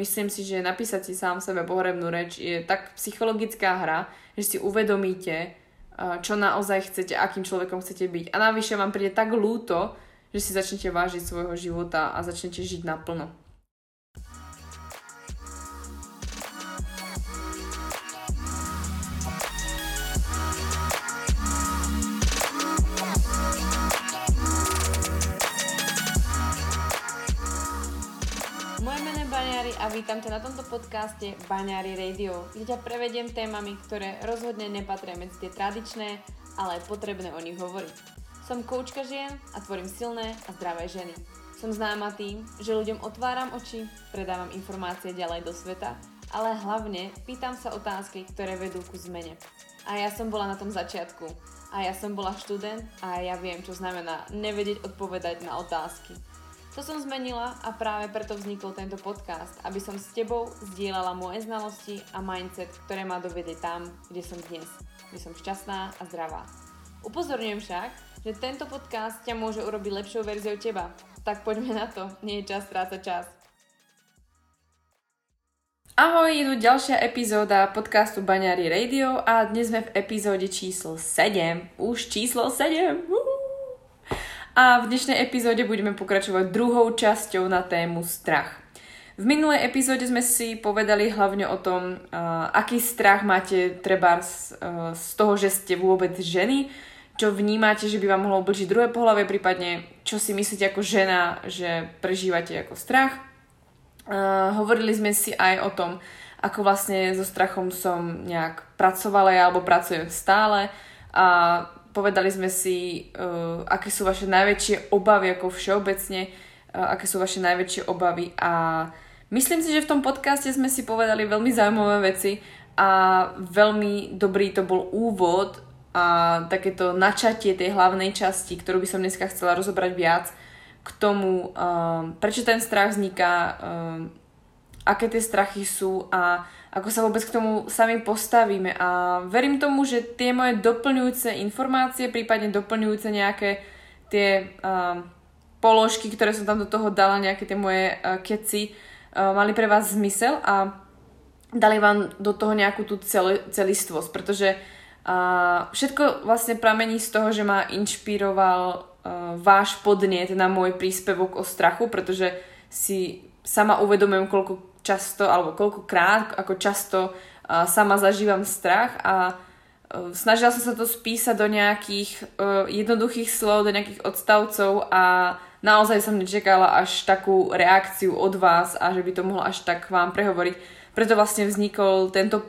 myslím si, že napísať si sám sebe pohrebnú reč je tak psychologická hra, že si uvedomíte, čo naozaj chcete, akým človekom chcete byť. A navyše vám príde tak ľúto, že si začnete vážiť svojho života a začnete žiť naplno. A vítam ťa na tomto podcaste Baňári Radio, kde ťa prevediem témami, ktoré rozhodne nepatria medzi tie tradičné, ale je potrebné o nich hovoriť. Som koučka žien a tvorím silné a zdravé ženy. Som známa tým, že ľuďom otváram oči, predávam informácie ďalej do sveta, ale hlavne pýtam sa otázky, ktoré vedú ku zmene. A ja som bola na tom začiatku. A ja som bola študent a ja viem, čo znamená nevedieť odpovedať na otázky. To som zmenila a práve preto vznikol tento podcast, aby som s tebou zdieľala moje znalosti a mindset, ktoré ma dovedie tam, kde som dnes, kde som šťastná a zdravá. Upozorňujem však, že tento podcast ťa môže urobiť lepšou verziou teba. Tak poďme na to, nie je čas strácať čas. Ahoj, je tu ďalšia epizóda podcastu Baňári Radio a dnes sme v epizóde číslo 7. Už číslo 7! A v dnešnej epizóde budeme pokračovať druhou časťou na tému strach. V minulej epizóde sme si povedali hlavne o tom, aký strach máte trebárs z toho, že ste vôbec ženy, čo vnímate, že by vám mohlo oblížiť druhé pohlavie, prípadne čo si myslíte ako žena, že prežívate ako strach. Hovorili sme si aj o tom, ako vlastne so strachom som nejak pracovala alebo pracujem stále a povedali sme si, aké sú vaše najväčšie obavy ako všeobecne, aké sú vaše najväčšie obavy a myslím si, že v tom podcaste sme si povedali veľmi zaujímavé veci a veľmi dobrý to bol úvod a takéto načatie tej hlavnej časti, ktorú by som dneska chcela rozobrať viac k tomu, prečo ten strach vzniká, aké tie strachy sú a ako sa vôbec k tomu sami postavíme a verím tomu, že tie moje doplňujúce informácie, prípadne doplňujúce nejaké tie položky, ktoré som tam do toho dala, nejaké tie moje keci, mali pre vás zmysel a dali vám do toho nejakú tú celistvosť, pretože všetko vlastne pramení z toho, že ma inšpiroval váš podnet na môj príspevok o strachu, pretože si sama uvedomujem, koľkokrát, ako často sama zažívam strach a snažila som sa to spísať do nejakých jednoduchých slov, do nejakých odstavcov a naozaj som nečakala až takú reakciu od vás a že by to mohlo až tak vám prehovoriť. Preto vlastne vznikol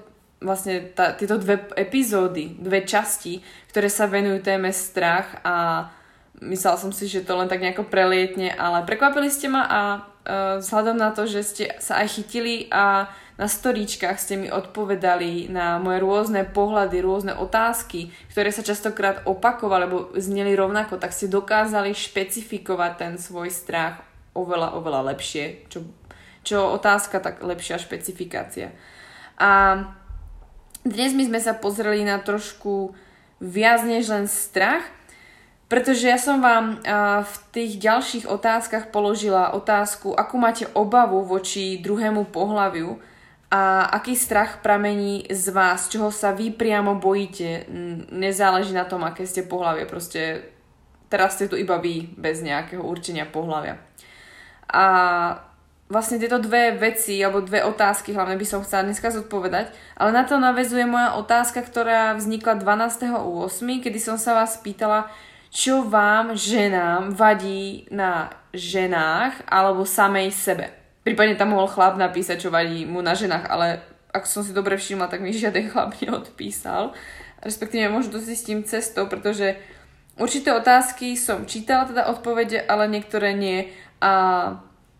tieto dve epizódy, dve časti, ktoré sa venujú téme strach a myslela som si, že to len tak nejako prelietne, ale prekvapili ste ma a vzhľadom na to, že ste sa aj chytili a na storíčkach ste mi odpovedali na moje rôzne pohľady, rôzne otázky, ktoré sa častokrát opakovali, alebo zneli rovnako, tak ste dokázali špecifikovať ten svoj strach oveľa, oveľa lepšie. Čo otázka, tak lepšia špecifikácia. A dnes my sme sa pozreli na trošku viac než len strach, pretože ja som vám v tých ďalších otázkach položila otázku, akú máte obavu voči druhému pohlaviu a aký strach pramení z vás, čoho sa vy priamo bojíte. Nezáleží na tom, aké ste pohlavie, proste teraz ste tu iba vy, bez nejakého určenia pohlavia. A vlastne tieto dve veci, alebo dve otázky, hlavne by som chcela dneska zodpovedať, ale na to naväzuje moja otázka, ktorá vznikla 12.8., kedy som sa vás pýtala, čo vám, ženám, vadí na ženách alebo samej sebe. Prípadne tam mohol chlap napísať, čo vadí mu na ženách, ale ak som si dobre všimla, tak mi žiaden chlap neodpísal. Respektíve možno to zistím cestou, pretože určité otázky som čítala, teda odpovede, ale niektoré nie. A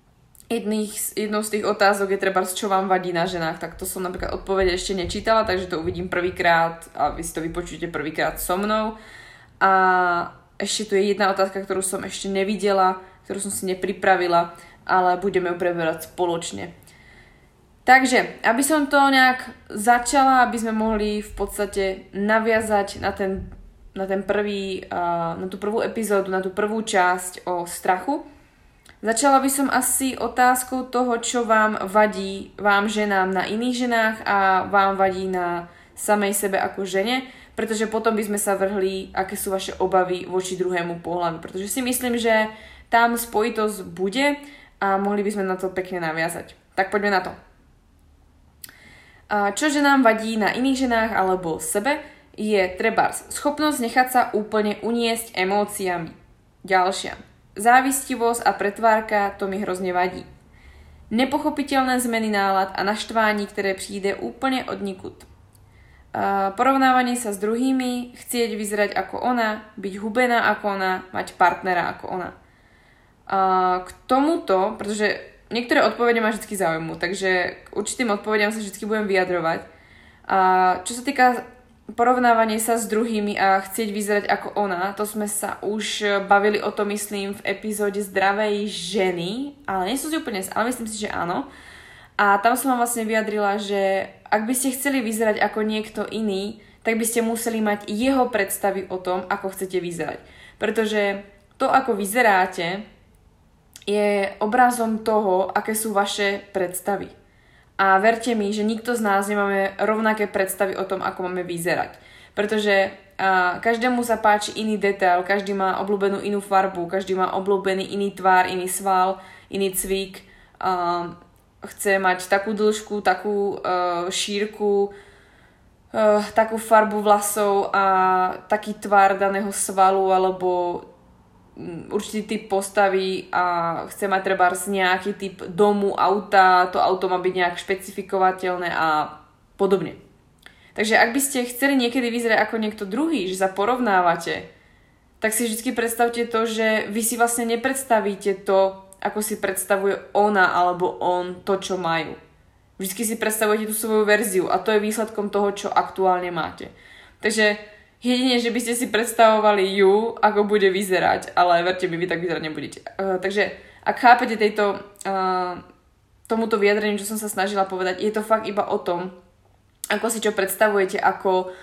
jednou z tých otázok je treba, čo vám vadí na ženách. Tak to som napríklad odpovede ešte nečítala, takže to uvidím prvýkrát a vy si to vypočujete prvýkrát so mnou. A ešte tu je jedna otázka, ktorú som ešte nevidela, ktorú som si nepripravila, ale budeme ju preberať spoločne. Takže, aby som to nejak začala, aby sme mohli v podstate naviazať na tú prvú epizódu, na tú prvú časť o strachu, Začala by som asi otázkou toho, čo vám vadí, vám ženám na iných ženách a vám vadí na samej sebe ako žene, pretože potom by sme sa vrhli, aké sú vaše obavy voči druhému pohľaviu, pretože si myslím, že tam spojitosť bude a mohli by sme na to pekne naviazať. Tak poďme na to. Čo ženám vadí na iných ženách alebo sebe, je trebárs schopnosť nechať sa úplne uniesť emóciami. Ďalšia. Závistivosť a pretvárka, to mi hrozne vadí. Nepochopiteľné zmeny nálad a naštvání, ktoré přijde úplne od nikud. Porovnávanie sa s druhými, chcieť vyzerať ako ona, byť hubená ako ona, mať partnera ako ona. K tomuto, pretože niektoré odpovede ma vždy zaujímujú, takže k určitým odpovediam sa vždy budem vyjadrovať. Čo sa týka porovnávanie sa s druhými a chcieť vyzerať ako ona, to sme sa už bavili o tom, myslím, v epizóde Zdravej ženy, ale nie som si úplne, ale myslím si, že áno. A tam som vám vlastne vyjadrila, že ak by ste chceli vyzerať ako niekto iný, tak by ste museli mať jeho predstavy o tom, ako chcete vyzerať. Pretože to, ako vyzeráte, je obrazom toho, aké sú vaše predstavy. A verte mi, že nikto z nás nemáme rovnaké predstavy o tom, ako máme vyzerať. Pretože každému sa páči iný detail, každý má obľúbenú inú farbu, každý má obľúbený iný tvár, iný sval, iný cvik. Chce mať takú dĺžku, takú šírku, takú farbu vlasov a taký tvar daného svalu alebo určitý typ postavy a chce mať trebárs nejaký typ domu, auta, to auto má byť nejak špecifikovateľné a podobne. Takže ak by ste chceli niekedy vyzerať ako niekto druhý, že sa porovnávate, tak si vždy predstavte to, že vy si vlastne nepredstavíte to, ako si predstavuje ona alebo on to, čo majú. Vždy si predstavujete tú svoju verziu a to je výsledkom toho, čo aktuálne máte. Takže jedine, že by ste si predstavovali ju, ako bude vyzerať, ale verte mi, vy tak vyzerať nebudete. Takže ak chápete tomuto vyjadreniu, čo som sa snažila povedať, je to fakt iba o tom, ako si čo predstavujete, ako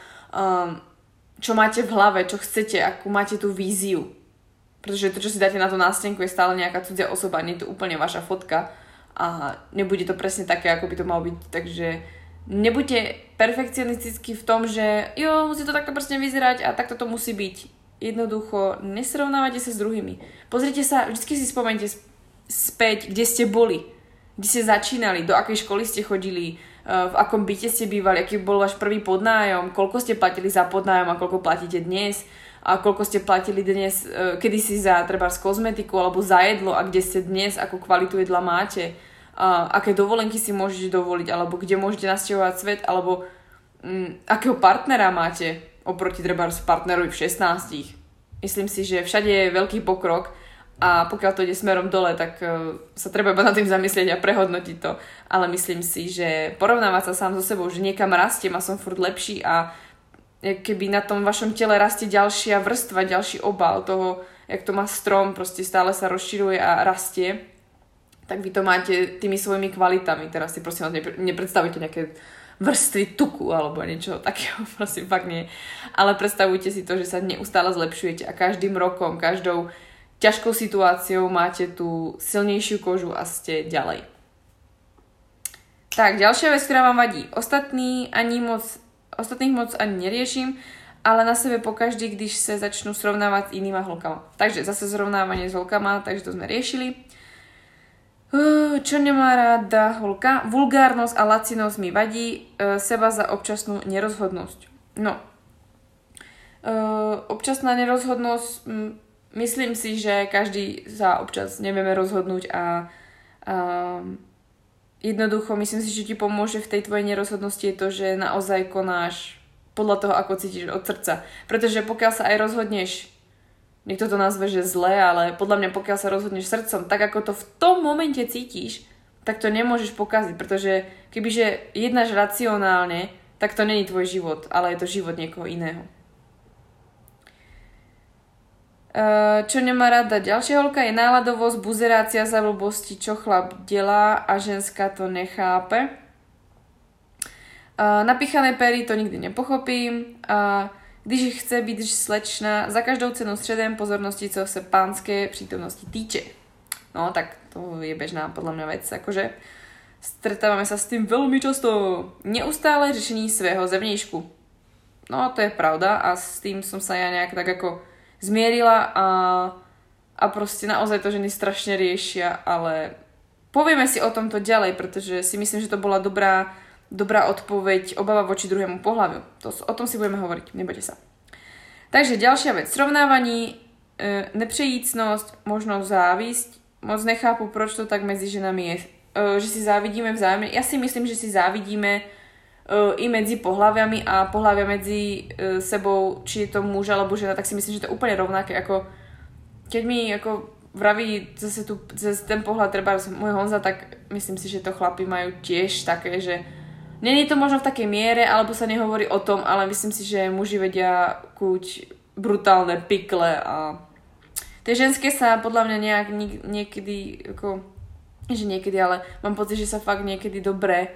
čo máte v hlave, čo chcete, akú máte tú víziu. Pretože to, čo si dáte na tú nástenku, je stále nejaká cudzia osoba, nie je to úplne vaša fotka a nebude to presne také, ako by to malo byť. Takže nebuďte perfekcionistickí v tom, že musí to takto presne vyzerať a takto to musí byť. Jednoducho, nesrovnávajte sa s druhými. Pozrite sa, vždy si spomeňte späť, kde ste boli, kde ste začínali, do akej školy ste chodili, v akom byte ste bývali, aký bol váš prvý podnájom, koľko ste platili za podnájom a koľko platíte dnes a koľko ste platili dnes, kedysi za trebárs kozmetiku alebo za jedlo a kde ste dnes, akú kvalitu jedla máte. Aké dovolenky si môžete dovoliť, alebo kde môžete nasťahovať svet, alebo akého partnera máte oproti trebárs partnerovi v 16. Myslím si, že všade je veľký pokrok a pokiaľ to ide smerom dole, tak sa treba iba nad tým zamyslieť a prehodnotiť to. Ale myslím si, že porovnávať sa sám so sebou, že niekam rastiem a som furt lepší a keby na tom vašom tele rastie ďalšia vrstva, ďalší obal toho, jak to má strom, proste stále sa rozširuje a rastie, tak vy to máte tými svojimi kvalitami. Teraz si prosím vás nepredstavujte nejaké vrstvy tuku alebo niečo takého, prosím, fakt nie. Ale predstavujte si to, že sa neustále zlepšujete a každým rokom, každou ťažkou situáciou máte tú silnejšiu kožu a ste ďalej. Tak, ďalšia vec, ktorá vám vadí. Ostatných moc ani neriešim, ale na sebe pokaždý, když sa začnú srovnávať s inýma holkama. Takže zase zrovnávanie s holkama, takže to sme riešili. Čo nemá ráda holka? Vulgárnosť a lacinosť mi vadí, seba za občasnú nerozhodnosť. No, občasná nerozhodnosť, myslím si, že každý sa občas nevieme rozhodnúť a jednoducho myslím si, že ti pomôže v tej tvojej nerozhodnosti je to, že naozaj konáš podľa toho, ako cítiš od srdca. Pretože pokiaľ sa aj rozhodneš, niekto to nazve, že zle, ale podľa mňa pokiaľ sa rozhodneš srdcom, tak ako to v tom momente cítiš, tak to nemôžeš pokaziť, pretože kebyže jednáš racionálne, tak to není tvoj život, ale je to život niekoho iného. Čo nemá rada ďalšia holka je náladovosť, buzerácia za blbosti, čo chlap delá a ženská to nechápe. Napíchané pery to nikdy nepochopím. Když chce být slečna, za každou cenu středem pozornosti, co se pánské přítomnosti týče. No, tak to je bežná podľa mňa vec, akože stretávame sa s tým veľmi často. Neustále řešení svého zevníšku. No, to je pravda a s tým som sa ja nejak tak ako zmierila a proste naozaj to ženy strašne riešia, ale povieme si o tomto ďalej, pretože si myslím, že to bola dobrá odpoveď, obava voči druhému pohľaviu. O tom si budeme hovoriť, nebojte sa. Takže ďalšia vec, srovnávanie, nepřejícnosť, možno závisť. Moc nechápu, proč to tak medzi ženami je. Že si závidíme vzájomne. Ja si myslím, že si závidíme i medzi pohľaviami a pohľavia medzi sebou, či je to muž alebo žena, tak si myslím, že to je úplne rovnaké. Ako, keď mi ako vraví zase ten pohľad treba môj Honza, tak myslím si, že to chlapi majú tiež také, že nie je to možno v takej miere, alebo sa nehovorí o tom, ale myslím si, že muži vedia kúť brutálne pikle a tie ženské sa podľa mňa nejak niekedy ako, že niekedy, ale mám pocit, že sa fakt niekedy dobre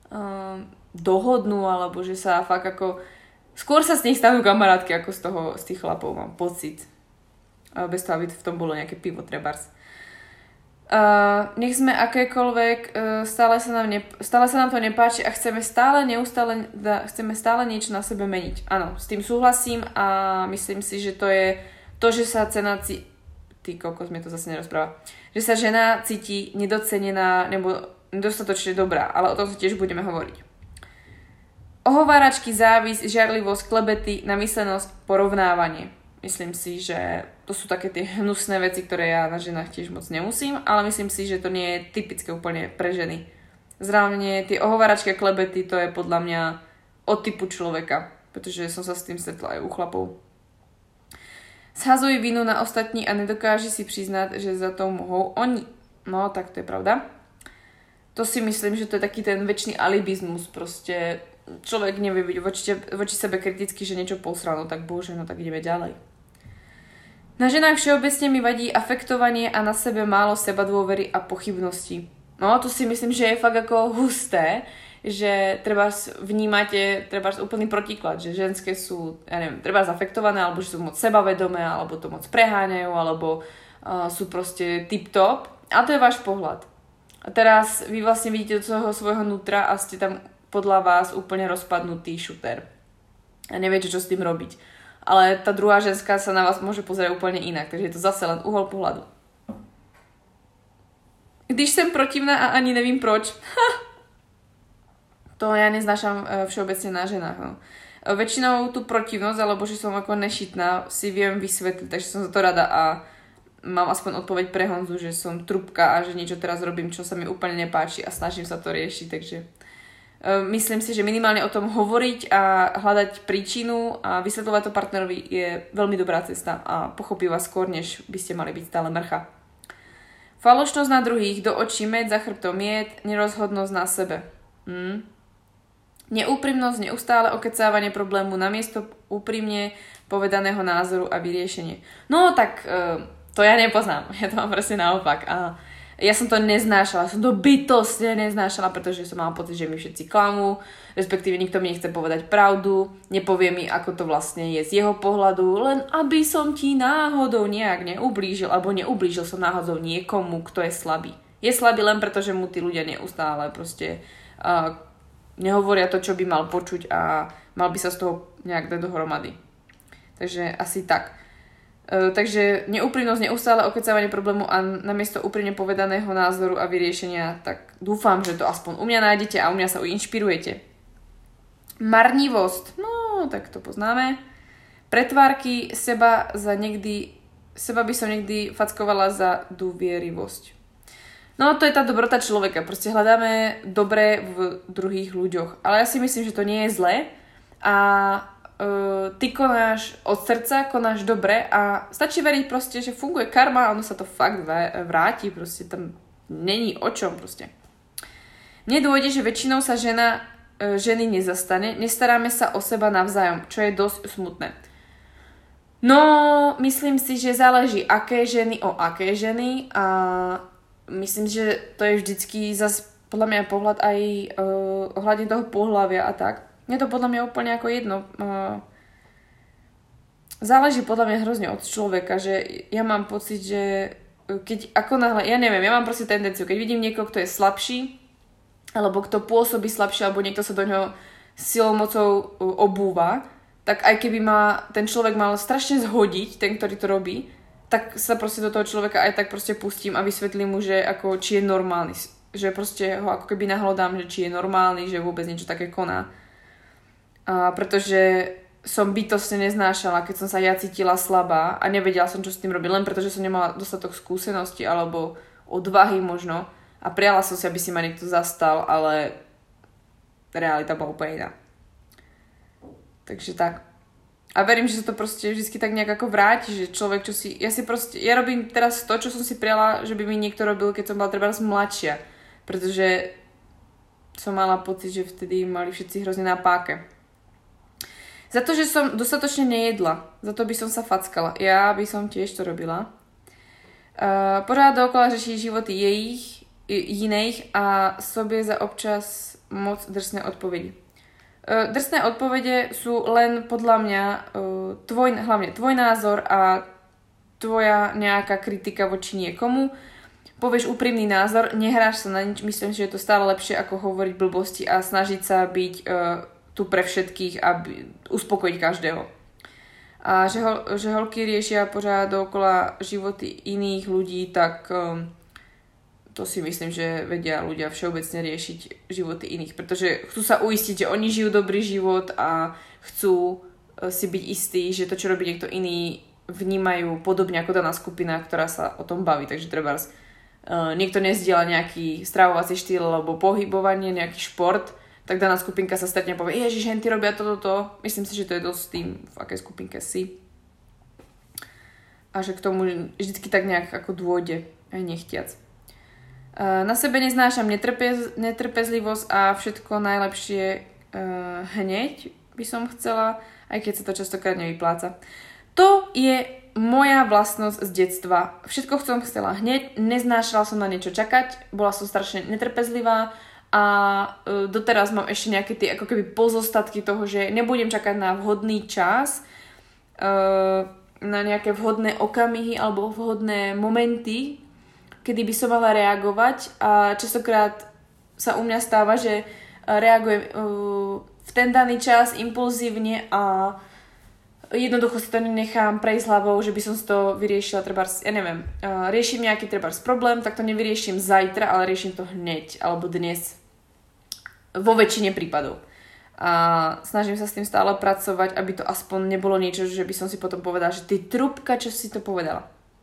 dohodnú, alebo že sa fakt ako skôr sa z nich stanú kamarátky ako z tých chlapov, mám pocit. Bez toho, aby v tom bolo nejaké pivo trebárs. Nech sme akékoľvek, stále sa nám to nepáči a chceme stále niečo na sebe meniť. Áno, s tým súhlasím a myslím si, že to je to, že sa ty kokos, mi to zase nerozpráva, že sa žena cíti nedocenená nebo nedostatočne dobrá, ale o tom si tiež budeme hovoriť. Ohováračky, závisť, žiarlivosť, klebety, namyslenosť, porovnávanie. Myslím si, že to sú také tie hnusné veci, ktoré ja na ženách tiež moc nemusím, ale myslím si, že to nie je typické úplne pre ženy. Zrejme tie ohováračky a klebety, to je podľa mňa od typu človeka, pretože som sa s tým stretla aj u chlapov. Shazuj vinu na ostatní a nedokáže si priznať, že za to mohou oni. No, tak to je pravda. To si myslím, že to je taký ten väčší alibizmus, proste človek nevie byť voči sebe kriticky, že niečo posral, no tak bože, no tak ideme ďalej. Na ženách všeobecne mi vadí afektovanie a na sebe málo sebadôvery a pochybností. No, to si myslím, že je fakt ako husté, že trebárs vnímate trebárs úplný protiklad, že ženské sú, ja neviem, trebárs afektované, alebo že sú moc sebavedomé, alebo to moc preháňajú, alebo sú proste tip-top. A to je váš pohľad. A teraz vy vlastne vidíte do toho svojho nutra a ste tam podľa vás úplne rozpadnutý šuter. A neviete, čo s tým robiť. Ale tá druhá ženská sa na vás môže pozerať úplne inak, takže je to zase len uhol pohľadu. Když som protivná a ani nevím proč. To ja neznášam všeobecne na ženách. No. Väčšinou tú protivnosť, alebo že som ako nešitná, si viem vysvetliť, takže som za to rada a mám aspoň odpoveď pre Honzu, že som trubka a že niečo teraz robím, čo sa mi úplne nepáči a snažím sa to riešiť, takže myslím si, že minimálne o tom hovoriť a hľadať príčinu a vysvetľovať to partnerovi je veľmi dobrá cesta a pochopí vás skôr, než by ste mali byť stále mrcha. Falošnosť na druhých, do očí med, za chrbtom jed, nerozhodnosť na sebe. Neúprimnosť, neustále okecávanie problému namiesto úprimne povedaného názoru a vyriešenie. No tak to ja nepoznám, ja to mám presne naopak a ja som to neznášala, som to bytostne neznášala, pretože som mala pocit, že mi všetci klamú, respektíve nikto mi nechce povedať pravdu, nepovie mi, ako to vlastne je z jeho pohľadu, len aby som ti náhodou nejak neublížil, alebo neublížil som náhodou niekomu, kto je slabý. Je slabý len preto, že mu tí ľudia neustále proste nehovoria to, čo by mal počuť a mal by sa z toho nejak dať dohromady. Takže asi tak. Takže neúprimnosť, neustále okecávanie problému a namiesto úprimne povedaného názoru a vyriešenia, tak dúfam, že to aspoň u mňa nájdete a u mňa sa inšpirujete. Marnivosť, no tak to poznáme. Pretvárky, seba by som niekdy fackovala za dôvierivosť. No to je tá dobrota človeka, proste hľadáme dobré v druhých ľuďoch, ale ja si myslím, že to nie je zlé a ty konáš od srdca, konáš dobre a stačí veriť proste, že funguje karma a ono sa to fakt vráti, proste tam není o čom proste. Mne dôjde, že väčšinou sa ženy nezastane, nestaráme sa o seba navzájom, čo je dosť smutné. No, myslím si, že záleží aké ženy o aké ženy a myslím, že to je vždycky zase podľa mňa pohľad aj ohľadne toho pohlavia a tak. Mne to podľa mňa úplne ako jedno. Záleží podľa mňa hrozne od človeka, že ja mám pocit, že keď ako náhle, ja neviem, ja mám proste tendenciu, keď vidím niekoho, kto je slabší, alebo kto pôsobí slabšie, alebo niekto sa do ňoho silou mocou obúva, tak aj keby ma ten človek mal strašne zhodiť, ten, ktorý to robí, tak sa proste do toho človeka aj tak proste pustím a vysvetlím mu, že ako, či je normálny. Že proste ho ako keby nahlodám, že či je normálny, že vôbec niečo také koná. Pretože som bytostne neznášala, keď som sa ja cítila slabá a nevedela som, čo s tým robiť, len pretože som nemala dostatok skúsenosti alebo odvahy možno a prijala som si, aby si ma niekto zastal, ale realita bola úplne iná. Takže tak. A verím, že sa to proste vždy tak nejak ako vráti, že človek, čo si... Ja robím teraz to, čo som si prijala, že by mi niekto robil, keď som bola treba mladšia. Pretože som mala pocit, že vtedy mali všetci hrozne na páke. Za to, že som dostatočne nejedla, za to by som sa fackala. Ja by som tiež to robila. Pořád dookola řeší životy jejich, jiných a sobě za občas moc drsné odpovedi. Drsné odpovede sú len podľa mňa hlavne tvoj názor a tvoja nejaká kritika voči niekomu. Povieš úprimný názor, nehráš sa na nič, myslím si, že je to stále lepšie ako hovoriť blbosti a snažiť sa byť tu pre všetkých a uspokojiť každého. A že holky riešia pořád dookola životy iných ľudí, tak to si myslím, že vedia ľudia všeobecne riešiť životy iných, pretože chcú sa uistiť, že oni žijú dobrý život a chcú si byť istí, že to, čo robí niekto iný, vnímajú podobne ako daná skupina, ktorá sa o tom baví. Takže treba niekto nezdieľa nejaký stravovací štýl alebo pohybovanie, nejaký šport, tak daná skupinka sa stretne a povie, ježiš, henty robia toto. Myslím si, že to je dosť tým, v akej skupinke si. A že k tomu vždycky tak nejak ako dôjde, aj nechtiac. Na sebe neznášam netrpezlivosť a všetko najlepšie hneď by som chcela, aj keď sa to častokrát nevypláca. To je moja vlastnosť z detstva. Všetko som chcela hneď, neznášala som na niečo čakať, bola som strašne netrpezlivá a doteraz mám ešte nejaké tie ako keby pozostatky toho, že nebudem čakať na vhodný čas, na nejaké vhodné okamihy alebo vhodné momenty, kedy by som mala reagovať a častokrát sa u mňa stáva, že reagujem v ten daný čas impulzívne a jednoducho si to nenechám prejsť hlavou, že by som si to vyriešila trebárs, ja neviem, riešim nejaký trebárs problém, tak to nevyriešim zajtra, ale riešim to hneď alebo dnes vo väčšine prípadov. A snažím sa s tým stále pracovať, aby to aspoň nebolo niečo, že by som si potom povedala, že ty trúbka, čo si to povedala.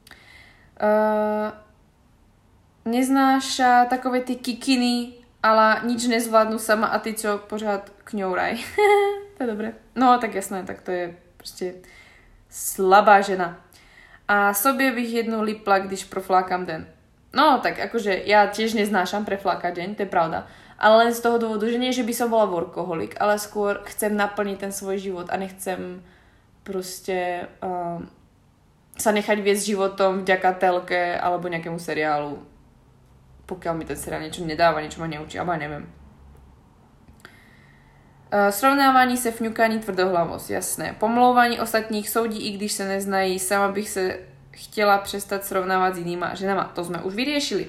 Neznáša takové ty kikiny, ale nič nezvládnu sama a ty čo pořád kňouraj. To je dobré. No tak jasné, tak to je proste slabá žena. A sobě bych jednu lipla, když proflákam den. No tak akože ja tiež neznášam preflákať deň, to je pravda. Ale len z toho dôvodu, že nie, že by som bola workoholik, ale skôr chcem naplniť ten svoj život a nechcem proste sa nechať viesť životom vďaka telke alebo nejakému seriálu. Pokiaľ mi ten seriál niečo nedáva, niečo ma neučí, alebo ja neviem. Srovnávání se, fňukání, tvrdohlavosť, jasné. Pomlouvání ostatních, soudí, i když se neznají, sama bych se chtěla přestat srovnávat s jinýma ženama. To sme už vyriešili.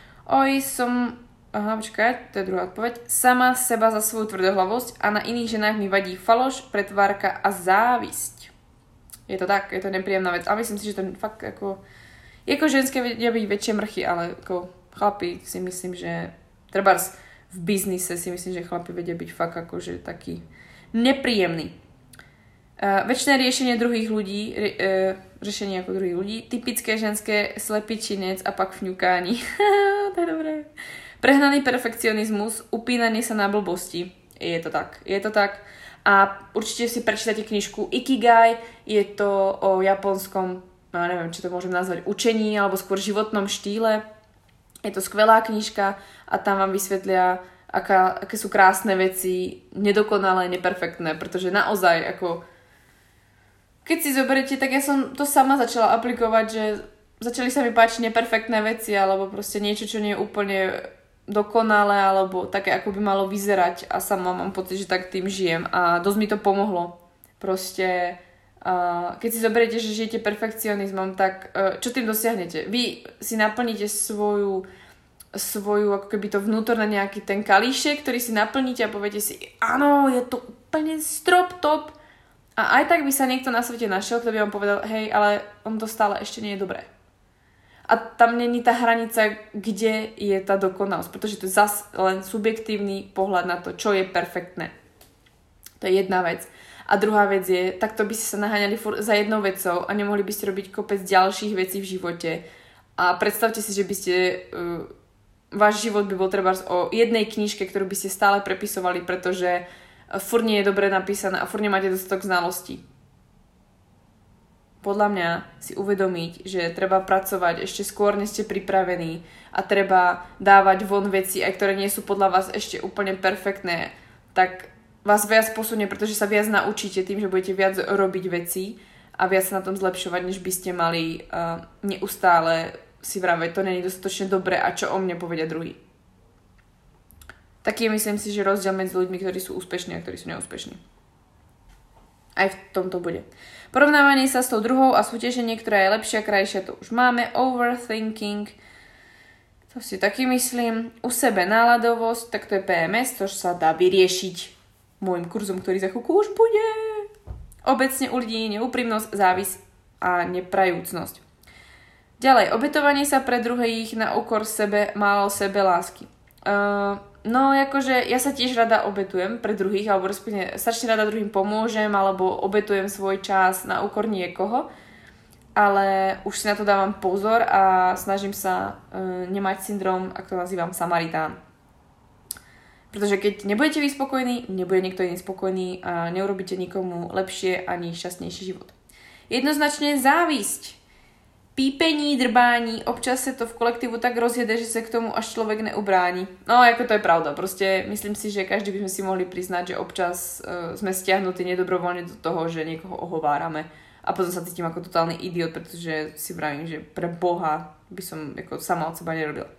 Počkaj, to je druhá odpoveď. Sama seba za svoju tvrdohlavosť a na iných ženách mi vadí faloš, pretvárka a závisť. Je to tak, je to nepríjemná vec. A myslím si, že to fakt ako ženské vedia byť väčšie mrchy, ale ako chlapi si myslím, že trebárs v biznise si myslím, že chlapi vedia byť fakt akože taký nepríjemný. Večné riešenie druhých ľudí, riešenie ako druhých ľudí, typické ženské slepičinec a pak fňukání. To je dobré. Prehnaný perfekcionizmus, upínanie sa na blbosti. Je to tak. A určite si prečítate knižku Ikigai, je to o japonskom, neviem, či to môžem nazvať, učení alebo skôr životnom štýle. Je to skvelá knižka a tam vám vysvetlia, aké sú krásne veci, nedokonalé, neperfektné, pretože naozaj, ako keď si zoberiete, tak ja som to sama začala aplikovať, že začali sa mi páčiť neperfektné veci, alebo proste niečo, čo nie je úplne dokonalé, alebo také, ako by malo vyzerať a sama mám pocit, že tak tým žijem a dosť mi to pomohlo. Proste Keď si zoberiete, že žijete perfekcionizmom, tak čo tým dosiahnete? Vy si naplníte svoju ako keby to vnútorné nejaký ten kalíšek, ktorý si naplníte a poviete si, áno, je to úplne strop top. A aj tak by sa niekto na svete našiel, kto by vám povedal, hej, ale on to stále ešte nie je dobré. A tam není tá hranica, kde je tá dokonalosť, pretože to je zas len subjektívny pohľad na to, čo je perfektné. To je jedna vec. A druhá vec je, takto by ste sa naháňali za jednou vecou a nemohli by ste robiť kopec ďalších vecí v živote. A predstavte si, že by ste... váš život by bol treba o jednej knižke, ktorú by ste stále prepisovali, pretože furt nie je dobre napísané a furt nemáte dostatok znalostí. Podľa mňa si uvedomiť, že treba pracovať ešte skôr, než ste pripravení a treba dávať von veci, aj ktoré nie sú podľa vás ešte úplne perfektné, tak vás viac posunie, pretože sa viac naučíte tým, že budete viac robiť veci a viac sa na tom zlepšovať, než by ste mali neustále si vraveť, to nie je dostatočne dobré a čo o mne povedia druhý. Taký myslím si, že rozdiel medzi ľuďmi, ktorí sú úspešní a ktorí sú neúspešní. Aj v tomto bude. Porovnávanie sa s tou druhou a súťaženie, ktorá je lepšia, krajšia, to už máme. Overthinking, to si taky myslím. U sebe náladovosť, tak to je PMS, to sa dá vyriešiť môjim kurzom, ktorý za chvíľku už bude. Obecne u ľudí neúprimnosť, závis a neprajúcnosť. Ďalej, obetovanie sa pre druhých na úkor sebe, málo sebe lásky. No akože ja sa tiež rada obetujem pre druhých, alebo respektíve strašne rada druhým pomôžem, alebo obetujem svoj čas na úkor niekoho, ale už si na to dávam pozor a snažím sa nemať syndrom, ako to nazývam, Samaritán. Pretože keď nebudete vy spokojní, nebude niekto iný spokojný a neurobíte nikomu lepšie ani šťastnejší život. Jednoznačne závisť. Pípení, drbání, občas se to v kolektivu tak rozjede, že se k tomu až človek neubrání. No, ako to je pravda. Proste myslím si, že každý by sme si mohli priznať, že občas sme stiahnutí nedobrovoľne do toho, že niekoho ohovárame. A potom sa cítim ako totálny idiot, pretože si vravím, že pre Boha by som ako sama od seba nerobila.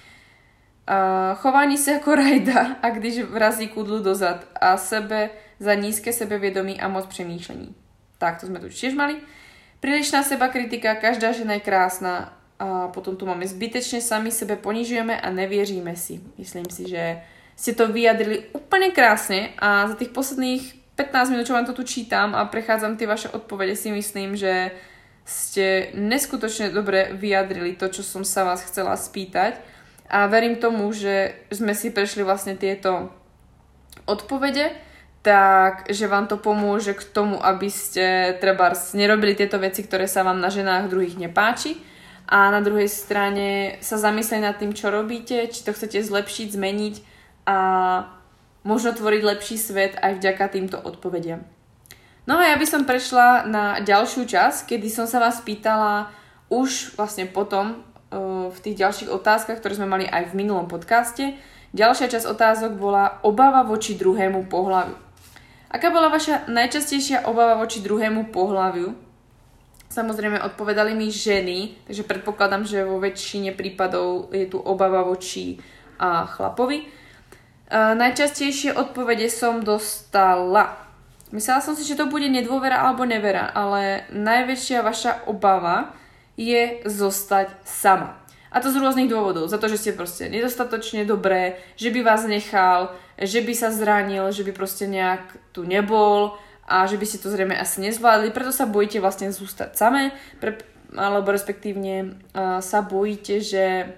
Chování se ako rajda, a když vrazí kudlu dozad a sebe za nízke sebevědomí a moc přemýšlení. Tak, to sme tu tiež mali. Prílišná seba kritika, každá žena je krásna a potom tu máme zbytečne sami sebe ponižujeme a nevěříme si. Myslím si, že ste to vyjadrili úplne krásne a za tých posledných 15 minút, čo vám to tu čítam a prechádzam tie vaše odpovede, si myslím, že ste neskutočne dobre vyjadrili to, čo som sa vás chcela spýtať a verím tomu, že sme si prešli vlastne tieto odpovede, tak, že vám to pomôže k tomu, aby ste trebárs nerobili tieto veci, ktoré sa vám na ženách druhých nepáči a na druhej strane sa zamyslieť nad tým, čo robíte, či to chcete zlepšiť, zmeniť a možno tvoriť lepší svet aj vďaka týmto odpovediam. No a ja by som prešla na ďalšiu časť, kedy som sa vás pýtala už vlastne potom v tých ďalších otázkach, ktoré sme mali aj v minulom podcaste. Ďalšia časť otázok bola obava voči druhému pohľaviu. Aká bola vaša najčastejšia obava voči druhému pohľaviu? Samozrejme odpovedali mi ženy, takže predpokladám, že vo väčšine prípadov je tu obava voči chlapovi. Najčastejšie odpovede som dostala. Myslela som si, že to bude nedôvera alebo nevera, ale najväčšia vaša obava je zostať sama. A to z rôznych dôvodov. Za to, že ste proste nedostatočne dobré, že by vás nechal, že by sa zranil, že by proste nejak tu nebol a že by ste to zrejme asi nezvládli. Preto sa bojíte vlastne zostať samé, alebo respektívne sa bojíte, že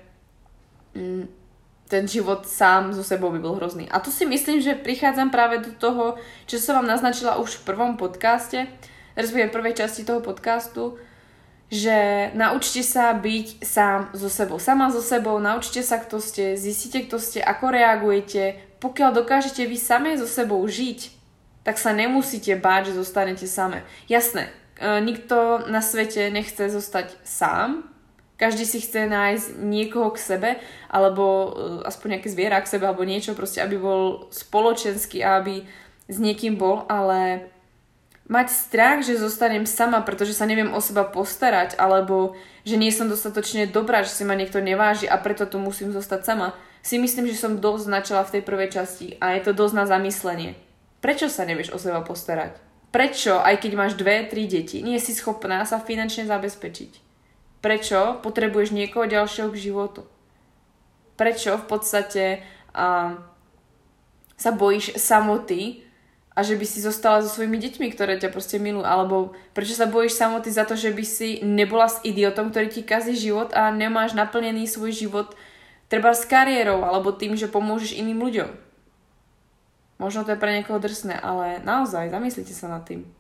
ten život sám so sebou by bol hrozný. A tu si myslím, že prichádzam práve do toho, čo som vám naznačila už v prvom podcaste, respektíve v prvej časti toho podcastu, že naučte sa byť sám so sebou. Sama so sebou, naučte sa, kto ste, zistite, kto ste, ako reagujete. Pokiaľ dokážete vy samé so sebou žiť, tak sa nemusíte báť, že zostanete samé. Jasné, nikto na svete nechce zostať sám. Každý si chce nájsť niekoho k sebe, alebo aspoň nejaké zviera k sebe, alebo niečo proste, aby bol spoločenský a aby s niekým bol, ale mať strach, že zostanem sama, pretože sa neviem o seba postarať, alebo že nie som dostatočne dobrá, že si ma niekto neváži a preto tu musím zostať sama, si myslím, že som dosť načala v tej prvej časti a je to dosť na zamyslenie. Prečo sa nevieš o seba postarať? Prečo, aj keď máš 2-3 deti, nie si schopná sa finančne zabezpečiť? Prečo potrebuješ niekoho ďalšieho k životu? Prečo v podstate sa bojíš samoty a že by si zostala so svojimi deťmi, ktoré ťa proste milujú? Alebo prečo sa bojíš samoty za to, že by si nebola s idiotom, ktorý ti kazí život a nemáš naplnený svoj život treba s kariérou alebo tým, že pomôžeš iným ľuďom? Možno to je pre niekoho drsné, ale naozaj, zamyslite sa nad tým.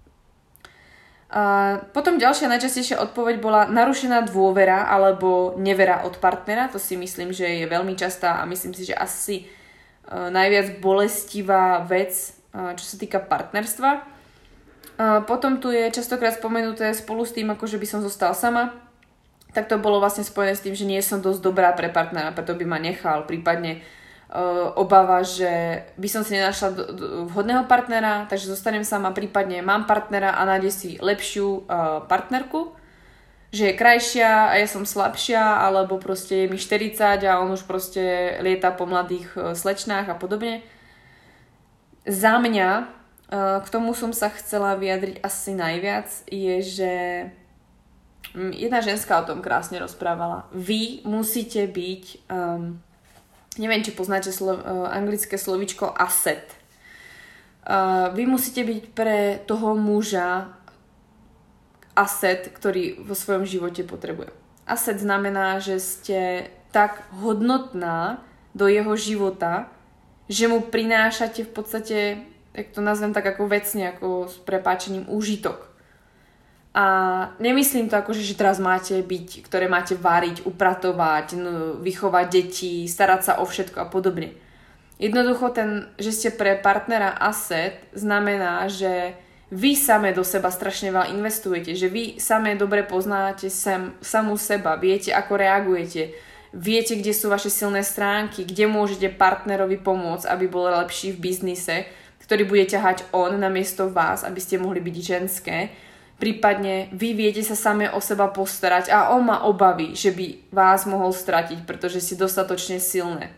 A potom ďalšia najčastejšia odpoveď bola narušená dôvera alebo nevera od partnera. To si myslím, že je veľmi častá a myslím si, že asi najviac bolestivá vec, čo sa týka partnerstva. Potom tu je častokrát spomenuté spolu s tým, akože by som zostala sama. Tak to bolo vlastne spojené s tým, že nie som dosť dobrá pre partnera, preto by ma nechal. Prípadne obava, že by som si nenašla vhodného partnera, takže zostanem sama, prípadne mám partnera a nájde si lepšiu partnerku, že je krajšia a ja som slabšia, alebo proste je mi 40 a on už proste lieta po mladých slečnách a podobne. Za mňa, k tomu som sa chcela vyjadriť asi najviac, je, že jedna ženská o tom krásne rozprávala. Vy musíte byť neviem, či poznáte anglické slovíčko asset. Vy musíte byť pre toho muža asset, ktorý vo svojom živote potrebuje. Asset znamená, že ste tak hodnotná do jeho života, že mu prinášate v podstate, jak to nazvem tak ako vecne, ako s prepáčením, úžitok. A nemyslím to ako, že teraz máte byť, ktoré máte variť, upratovať, vychovať deti, starať sa o všetko a podobne. Jednoducho že ste pre partnera asset znamená, že vy same do seba strašne veľa investujete, že vy same dobre poznáte samú seba, viete ako reagujete, viete kde sú vaše silné stránky, kde môžete partnerovi pomôcť, aby bol lepší v biznise, ktorý bude ťahať on namiesto vás, aby ste mohli byť ženské. Prípadne vy viete sa same o seba postarať a on má obavy, že by vás mohol stratiť, pretože ste dostatočne silné.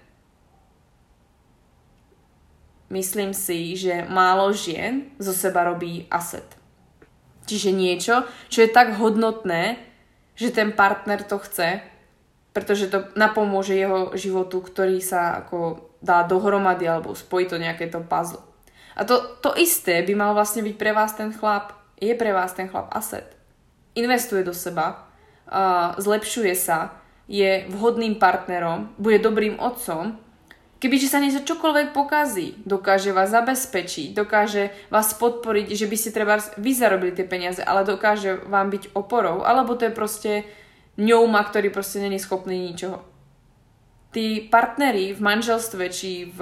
Myslím si, že málo žien zo seba robí asset. Čiže niečo, čo je tak hodnotné, že ten partner to chce, pretože to napomôže jeho životu, ktorý sa ako dá dohromady alebo spojí to nejaké to puzzle. A to isté by mal vlastne byť pre vás ten chlap. Je pre vás ten chlap asset. Investuje do seba, zlepšuje sa, je vhodným partnerom, bude dobrým otcom. Kebyže sa niečo čokoľvek pokazí, dokáže vás zabezpečiť, dokáže vás podporiť, že by ste treba vy zarobili tie peniaze, ale dokáže vám byť oporou, alebo to je proste ňouma, ktorý proste není schopný ničoho. Tí partneri v manželstve, či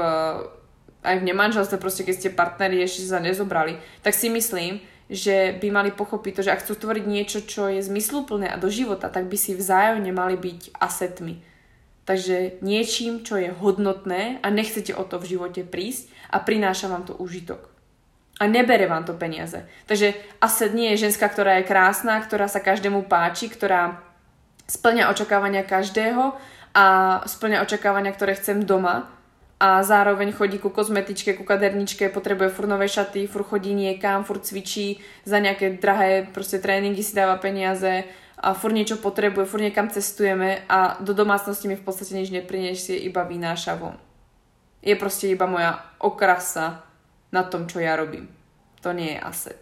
aj v nemanželstve, proste keď ste partneri ešte sa nezobrali, tak si myslím, že by mali pochopiť to, že ak chcú tvoriť niečo, čo je zmysluplné a do života, tak by si vzájomne mali byť asetmi. Takže niečím, čo je hodnotné a nechcete o to v živote prísť a prináša vám to úžitok. A nebere vám to peniaze. Takže aset nie je ženská, ktorá je krásna, ktorá sa každému páči, ktorá splňa očakávania každého a splňa očakávania, ktoré chcem doma, a zároveň chodí ku kozmetičke, ku kaderničke, potrebuje furt nové šaty, furt chodí niekam, furt cvičí, za nejaké drahé proste tréningy si dáva peniaze a furt niečo potrebuje, furt niekam cestujeme a do domácnosti mi v podstate nič nepriniesie, iba vynáša von. Je proste iba moja okrasa na tom, čo ja robím. To nie je asset.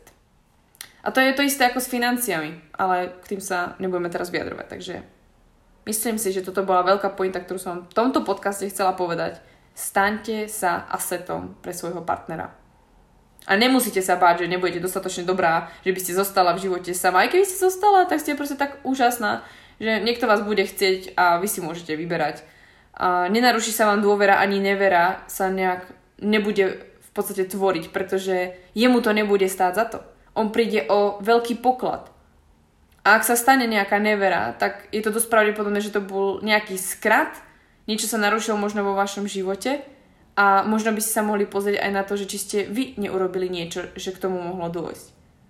A to je to isté ako s financiami, ale k tým sa nebudeme teraz vyjadrovať, takže myslím si, že toto bola veľká pointa, ktorú som v tomto podcaste chcela povedať. Staňte sa assetom pre svojho partnera. A nemusíte sa báť, že nebudete dostatočne dobrá, že by ste zostala v živote sama. Aj keby ste zostala, tak ste proste tak úžasná, že niekto vás bude chcieť a vy si môžete vyberať. A nenaruší sa vám dôvera ani nevera sa nejak nebude v podstate tvoriť, pretože jemu to nebude stáť za to. On príde o veľký poklad. A ak sa stane nejaká nevera, tak je to dosť pravdepodobné, že to bol nejaký skrat, niečo sa narušilo možno vo vašom živote a možno by ste sa mohli pozrieť aj na to, že či ste vy neurobili niečo, že k tomu mohlo dôjsť.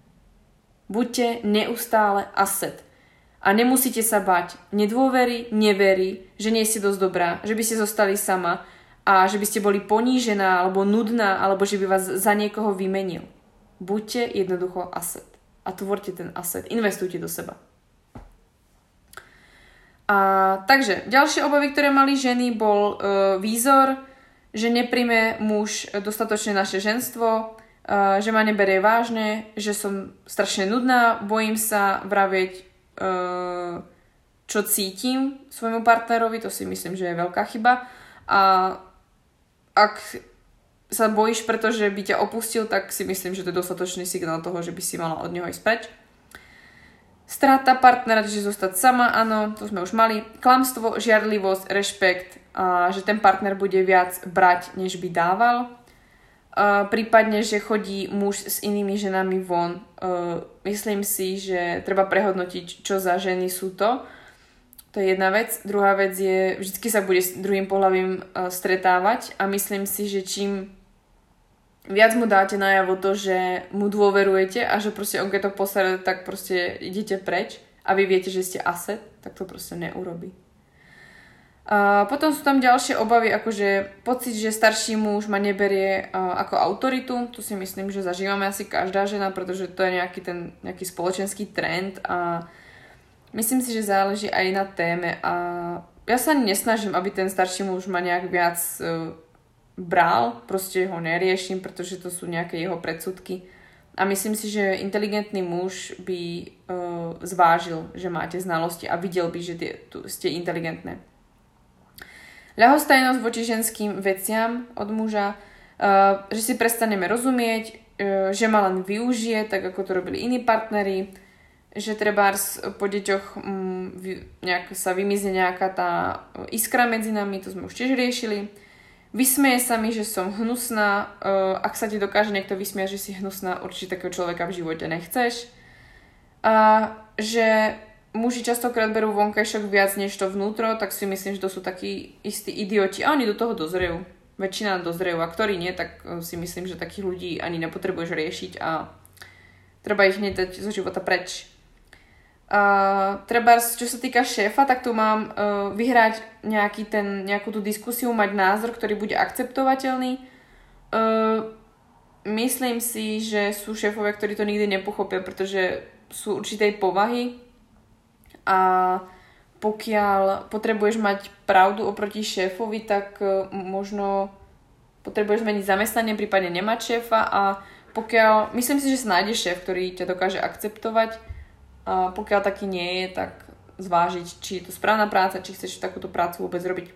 Buďte neustále asset. A nemusíte sa bať nedôvery, nevery, že nie ste dosť dobrá, že by ste zostali sama a že by ste boli ponížená alebo nudná, alebo že by vás za niekoho vymenil. Buďte jednoducho asset. A tvorte ten asset. Investujte do seba. Takže ďalšie obavy, ktoré mali ženy, bol výzor, že nepríjme muž dostatočne naše ženstvo, že ma neberie vážne, že som strašne nudná, bojím sa vravieť, čo cítim svojmu partnerovi, to si myslím, že je veľká chyba. A ak sa bojíš, pretože by ťa opustil, tak si myslím, že to je dostatočný signál toho, že by si mala od neho ísť preč. Strata partnera, čiže zostať sama, áno, to sme už mali. Klamstvo, žiarlivosť, rešpekt, že ten partner bude viac brať, než by dával. Prípadne, že chodí muž s inými ženami von. Myslím si, že treba prehodnotiť, čo za ženy sú to. To je jedna vec. Druhá vec je, vždycky sa bude s druhým pohlavím stretávať a myslím si, že čím viac mu dáte najavo to, že mu dôverujete a že proste on keď to posere, tak proste idete preč a vy viete, že ste asset, tak to proste neurobí. Potom sú tam ďalšie obavy, akože pocit, že starší muž ma neberie ako autoritu. Tu si myslím, že zažívame asi každá žena, pretože to je nejaký spoločenský trend a myslím si, že záleží aj na téme. A ja sa nesnažím, aby ten starší muž ma nejak viac bral, proste ho neriešim, pretože to sú nejaké jeho predsudky. A myslím si, že inteligentný muž by zvážil, že máte znalosti a videl by, že ste inteligentné. Ľahostajnosť voči ženským veciam od muža, že si prestaneme rozumieť, že ma len využije, tak ako to robili iní partneri, že trebárs po deťoch nejak sa vymizne nejaká tá iskra medzi nami, to sme už tiež riešili. Vysmeje sa mi, že som hnusná, ak sa ti dokáže niekto vysmiať, že si hnusná, určite takého človeka v živote nechceš. A že muži častokrát berú vonkajšok viac než to vnútro, tak si myslím, že to sú takí istí idioti a oni do toho dozrejú. Väčšina dozrejú a ktorí nie, tak si myslím, že takých ľudí ani nepotrebuješ riešiť a treba ich hneď dať zo života preč. Treba, čo sa týka šéfa, tak tu mám vyhrať nejakú tú diskusiu, mať názor, ktorý bude akceptovateľný. Myslím si, že sú šéfovia, ktorí to nikdy nepochopia, pretože sú určitej povahy a pokiaľ potrebuješ mať pravdu oproti šéfovi, tak možno potrebuješ zmeniť zamestnanie, prípadne nemať šéfa a myslím si, že sa nájde šéf, ktorý ťa dokáže akceptovať. A pokiaľ taký nie je, tak zvážiť, či je to správna práca, či chceš takúto prácu vôbec robiť.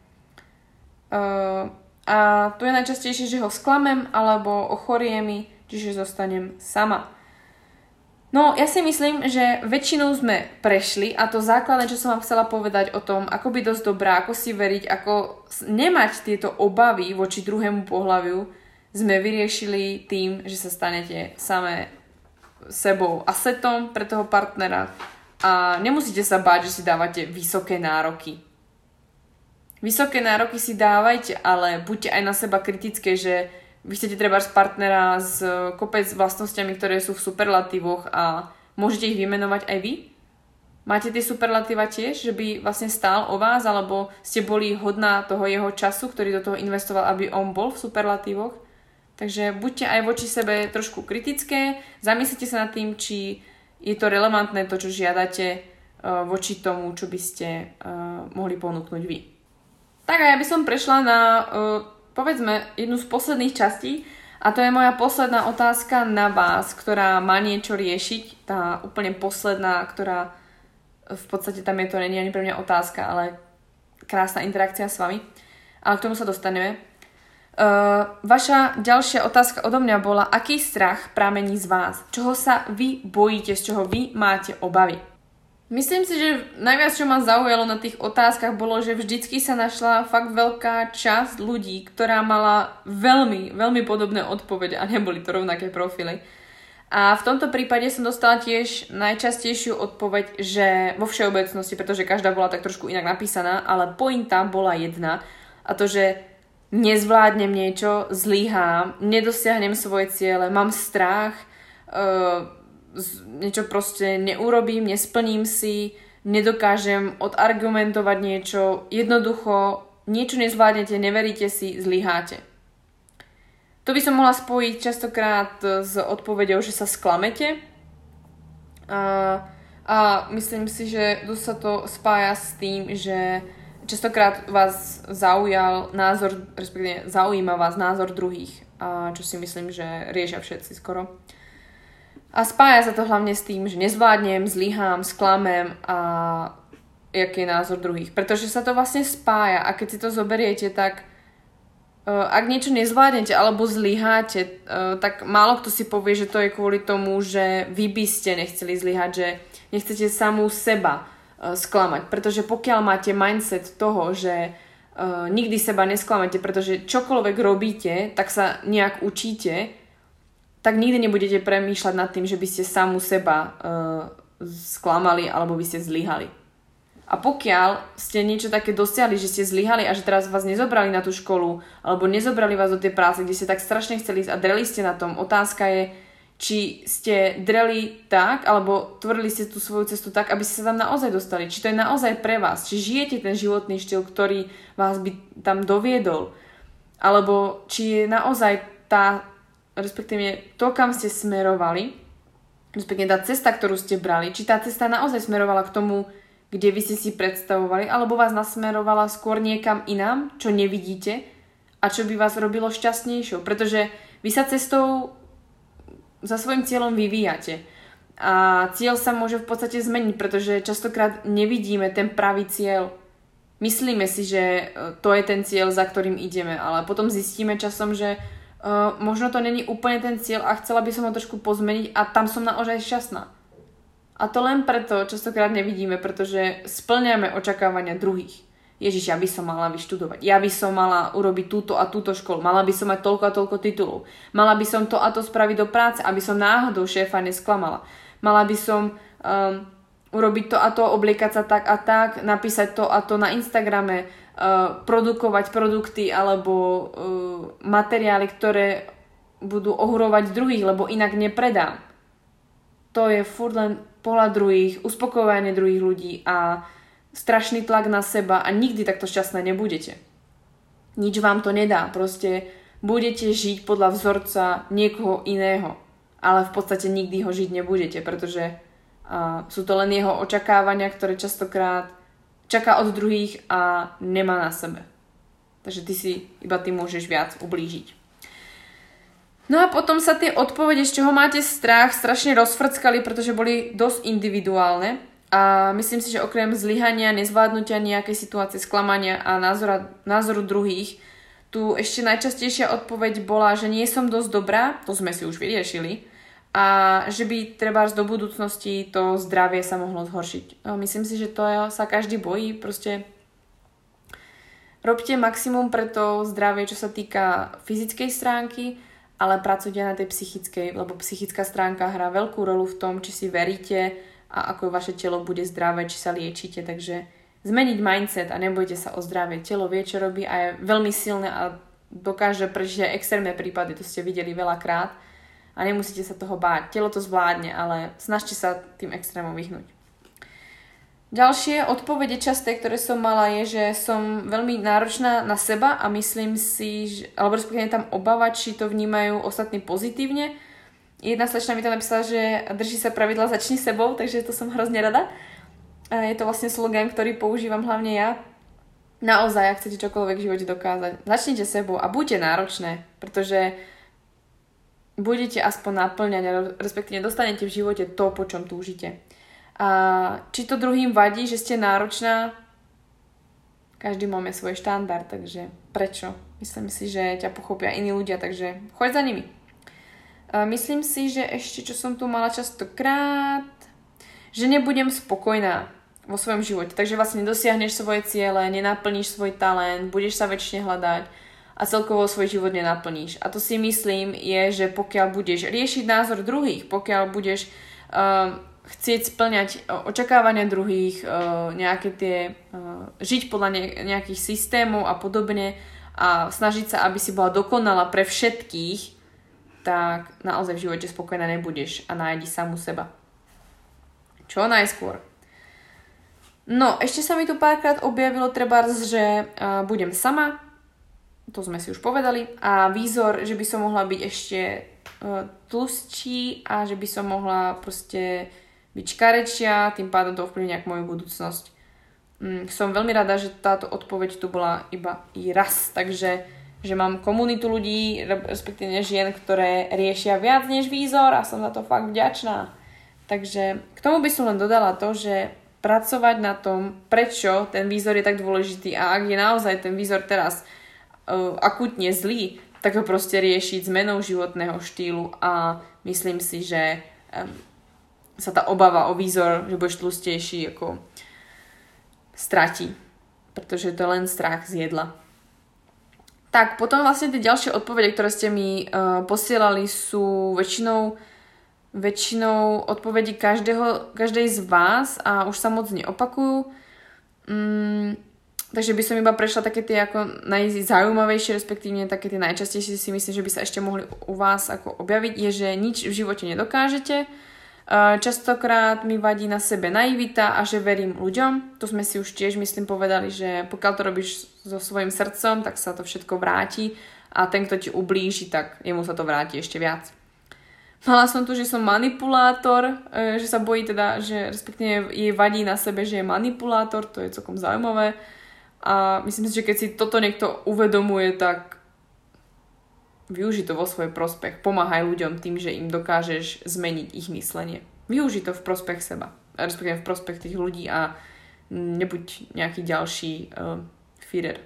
A tu je najčastejšie, že ho sklamem alebo ochorie mi, čiže zostanem sama. No, ja si myslím, že väčšinou sme prešli a to základné, čo som vám chcela povedať o tom, ako byť dosť dobrá, ako si veriť, ako nemať tieto obavy voči druhému pohľaviu, sme vyriešili tým, že sa stanete samé sebou assetom pre toho partnera a nemusíte sa báť, že si dávate vysoké nároky. Vysoké nároky si dávajte, ale buďte aj na seba kritické, že vy chcete treba z partnera s kopec vlastnosťami, ktoré sú v superlatívoch a môžete ich vymenovať aj vy? Máte tie superlatíva tiež, že by vlastne stál o vás, alebo ste boli hodná toho jeho času, ktorý do toho investoval, aby on bol v superlatívoch? Takže buďte aj voči sebe trošku kritické, zamyslite sa nad tým, či je to relevantné to, čo žiadate voči tomu, čo by ste mohli ponúknuť vy. Tak a ja by som prešla na, povedzme, jednu z posledných častí a to je moja posledná otázka na vás, ktorá má niečo riešiť. Tá úplne posledná, ktorá v podstate tam je to, nie je ani pre mňa otázka, ale krásna interakcia s vami. Ale k tomu sa dostaneme. Vaša ďalšia otázka odo mňa bola, aký strach pramení z vás? Čoho sa vy bojíte, z čoho vy máte obavy? Myslím si, že najviac, čo ma zaujalo na tých otázkach, bolo, že vždycky sa našla fakt veľká časť ľudí, ktorá mala veľmi, veľmi podobné odpovede a neboli to rovnaké profily. A v tomto prípade som dostala tiež najčastejšiu odpoveď, že vo všeobecnosti, pretože každá bola tak trošku inak napísaná, ale pointa bola jedna a to, že nezvládnem niečo, zlyhám, nedosiahnem svoje ciele, mám strach, niečo proste neurobím, nesplním si, nedokážem odargumentovať niečo, jednoducho niečo nezvládnete, neveríte si, zlyháte. To by som mohla spojiť častokrát s odpoveďou, že sa sklamete. A myslím si, že dosť sa to spája s tým, že častokrát vás zaujal názor, respektíve zaujíma vás názor druhých, čo si myslím, že riešia všetci skoro. A spája sa to hlavne s tým, že nezvládnem, zlyhám, sklamem a aký je názor druhých. Pretože sa to vlastne spája a keď si to zoberiete, tak ak niečo nezvládnete alebo zlyháte, tak málo kto si povie, že to je kvôli tomu, že vy by ste nechceli zlyhať, že nechcete samú seba sklamať. Pretože pokiaľ máte mindset toho, že nikdy seba nesklamete, pretože čokoľvek robíte, tak sa nejak učíte, tak nikdy nebudete premýšľať nad tým, že by ste samú seba sklamali alebo by ste zlyhali. A pokiaľ ste niečo také dosiahli, že ste zlyhali a že teraz vás nezobrali na tú školu alebo nezobrali vás do tej práce, kde ste tak strašne chceli ísť a dreli ste na tom, otázka je, či ste dreli tak alebo tvorili ste tú svoju cestu tak, aby ste sa tam naozaj dostali. Či to je naozaj pre vás. Či žijete ten životný štýl, ktorý vás by tam doviedol. Alebo či je naozaj respektíve to, kam ste smerovali, respektíve tá cesta, ktorú ste brali, či tá cesta naozaj smerovala k tomu, kde vy ste si predstavovali, alebo vás nasmerovala skôr niekam inám, čo nevidíte a čo by vás robilo šťastnejšou. Pretože vy sa cestou za svojím cieľom vyvíjate. A cieľ sa môže v podstate zmeniť, pretože častokrát nevidíme ten pravý cieľ. Myslíme si, že to je ten cieľ, za ktorým ideme, ale potom zistíme časom, že možno to není úplne ten cieľ a chcela by som ho trošku pozmeniť a tam som naozaj šťastná. A to len preto častokrát nevidíme, pretože splňame očakávania druhých. Ježiš, ja by som mala vyštudovať, ja by som mala urobiť túto a túto školu, mala by som mať toľko a toľko titulov, mala by som to a to spraviť do práce, aby som náhodou šéfa nesklamala. Mala by som urobiť to a to, obliekať sa tak a tak, napísať to a to na Instagrame, produkovať produkty alebo materiály, ktoré budú ohurovať druhých, lebo inak nepredám. To je furt len pohľad druhých, uspokojovanie druhých ľudí a strašný tlak na seba a nikdy takto šťastné nebudete. Nič vám to nedá, proste budete žiť podľa vzorca niekoho iného, ale v podstate nikdy ho žiť nebudete, pretože sú to len jeho očakávania, ktoré častokrát čaká od druhých a nemá na sebe. Takže iba ty môžeš viac ublížiť. No a potom sa tie odpovede, z čoho máte strach, strašne rozfrckali, pretože boli dosť individuálne. A myslím si, že okrem zlyhania, nezvládnutia nejakej situácie, sklamania a názoru druhých, tu ešte najčastejšia odpoveď bola, že nie som dosť dobrá, to sme si už vyriešili, a že by trebárs do budúcnosti to zdravie sa mohlo zhoršiť. Myslím si, že to sa každý bojí, proste robte maximum pre to zdravie, čo sa týka fyzickej stránky, ale pracujte na tej psychickej, lebo psychická stránka hrá veľkú rolu v tom, či si veríte a ako vaše telo bude zdravé, či sa liečite. Takže zmeniť mindset a nebojte sa o zdravie. Telo vie, čo robí a je veľmi silné a dokáže prežiť aj extrémne prípady, to ste videli veľakrát a nemusíte sa toho báť. Telo to zvládne, ale snažte sa tým extrémom vyhnúť. Ďalšie odpovede časté, ktoré som mala, je, že som veľmi náročná na seba a myslím si, alebo respektíve tam obava, či to vnímajú ostatní pozitívne. Jedna slečna mi to napísala, že drží sa pravidla začni sebou, takže to som hrozne rada. A je to vlastne slogan, ktorý používam hlavne ja. Naozaj, ak chcete čokoľvek v živote dokázať, začnite sebou a buďte náročné, pretože budete aspoň naplňať, respektíve dostanete v živote to, po čom túžite. A či to druhým vadí, že ste náročná, každý máme svoj štandard, takže prečo? Myslím si, že ťa pochopia iní ľudia, takže choď za nimi. Myslím si, že ešte, čo som tu mala častokrát, že nebudem spokojná vo svojom živote, takže vlastne nedosiahneš svoje ciele, nenaplníš svoj talent, budeš sa väčšine hľadať a celkovo svoj život nenaplníš. A to si myslím je, že pokiaľ budeš riešiť názor druhých, pokiaľ budeš chcieť splňať očakávania druhých, nejaké tie, žiť podľa nejakých systémov a podobne a snažiť sa, aby si bola dokonalá pre všetkých, tak naozaj v živote spokojná nebudeš a nájdi samú seba. Čo najskôr. No, ešte sa mi tu párkrát objavilo trebárs, že budem sama, to sme si už povedali. A výzor, že by som mohla byť ešte tlustší a že by som mohla proste byť škarečia, tým pádom to ovplyvní nejak moju budúcnosť. Som veľmi rada, že táto odpoveď tu bola iba i raz, takže že mám komunitu ľudí, respektíve žien, ktoré riešia viac než výzor a som za to fakt vďačná. Takže k tomu by som len dodala to, že pracovať na tom, prečo ten výzor je tak dôležitý a ak je naozaj ten výzor teraz akútne zlý, tak ho proste riešiť zmenou životného štýlu a myslím si, že sa tá obava o výzor, že budeš tlustejší, ako stratí, pretože to je len strach z jedla. Tak, potom vlastne tie ďalšie odpovede, ktoré ste mi posielali, sú väčšinou odpovedi každej z vás a už sa moc neopakujú. Takže by som iba prešla také tie ako najzaujímavejšie, respektívne také tie najčastejšie si myslím, že by sa ešte mohli u vás ako objaviť, je, že nič v živote nedokážete. Častokrát mi vadí na sebe naivita a že verím ľuďom. To sme si už tiež myslím povedali, že pokiaľ to robíš so svojím srdcom, tak sa to všetko vráti a ten, kto ti ublíži, tak jemu sa to vráti ešte viac. Mala som tu, že som manipulátor, že sa bojí teda, že respektíve jej vadí na sebe, že je manipulátor, to je celkom zaujímavé. A myslím si, že keď si toto niekto uvedomuje, tak využij to vo svoj prospech. Pomáhaj ľuďom tým, že im dokážeš zmeniť ich myslenie. Využij to v prospech seba, respektíve v prospech tých ľudí a nebuď nejaký ďalší Führer.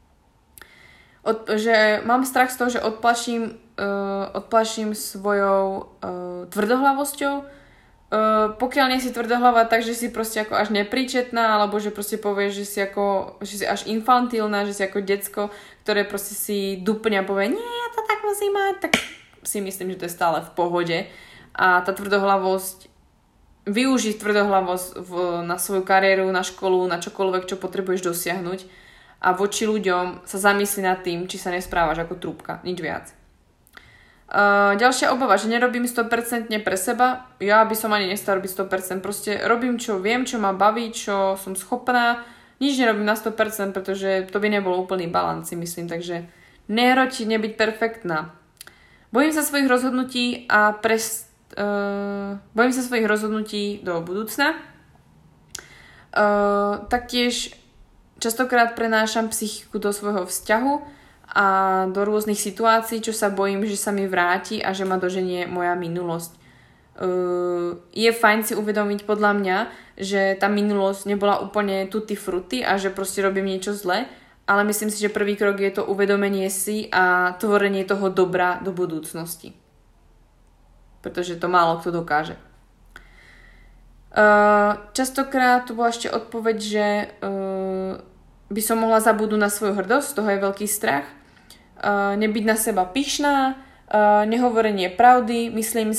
Že mám strach z toho, že odplaším svojou tvrdohlavosťou. Pokiaľ nie si tvrdohlava, takže si proste ako až nepríčetná, alebo že proste povieš, že si až infantilná, že si ako decko, ktoré proste si dupne a povie, nie, ja to tak musím mať, tak si myslím, že to je stále v pohode. A tá tvrdohlavosť, využiť tvrdohlavosť na svoju kariéru, na školu, na čokoľvek, čo potrebuješ dosiahnuť a voči ľuďom sa zamysli nad tým, či sa nesprávaš ako trúbka, nič viac. Ďalšia obava, že nerobím 100% pre seba. Ja by som ani nestala robiť 100%. Proste robím, čo viem, čo ma baví, čo som schopná. Nič nerobím na 100%, pretože to by nebol úplný balans, si myslím. Takže nehrotiť, nebyť perfektná. Bojím sa svojich rozhodnutí bojím sa svojich rozhodnutí do budúcna. Taktiež častokrát prenášam psychiku do svojho vzťahu a do rôznych situácií, čo sa bojím, že sa mi vráti a že ma doženie moja minulosť. Je fajn si uvedomiť podľa mňa, že tá minulosť nebola úplne tutti frutti a že proste robím niečo zle, ale myslím si, že prvý krok je to uvedomenie si a tvorenie toho dobra do budúcnosti. Pretože to málo kto dokáže. Častokrát tu bola ešte odpoveď, že by som mohla zabudnúť na svoju hrdosť, toho je veľký strach. Nebyť na seba pyšná, nehovorenie pravdy, myslím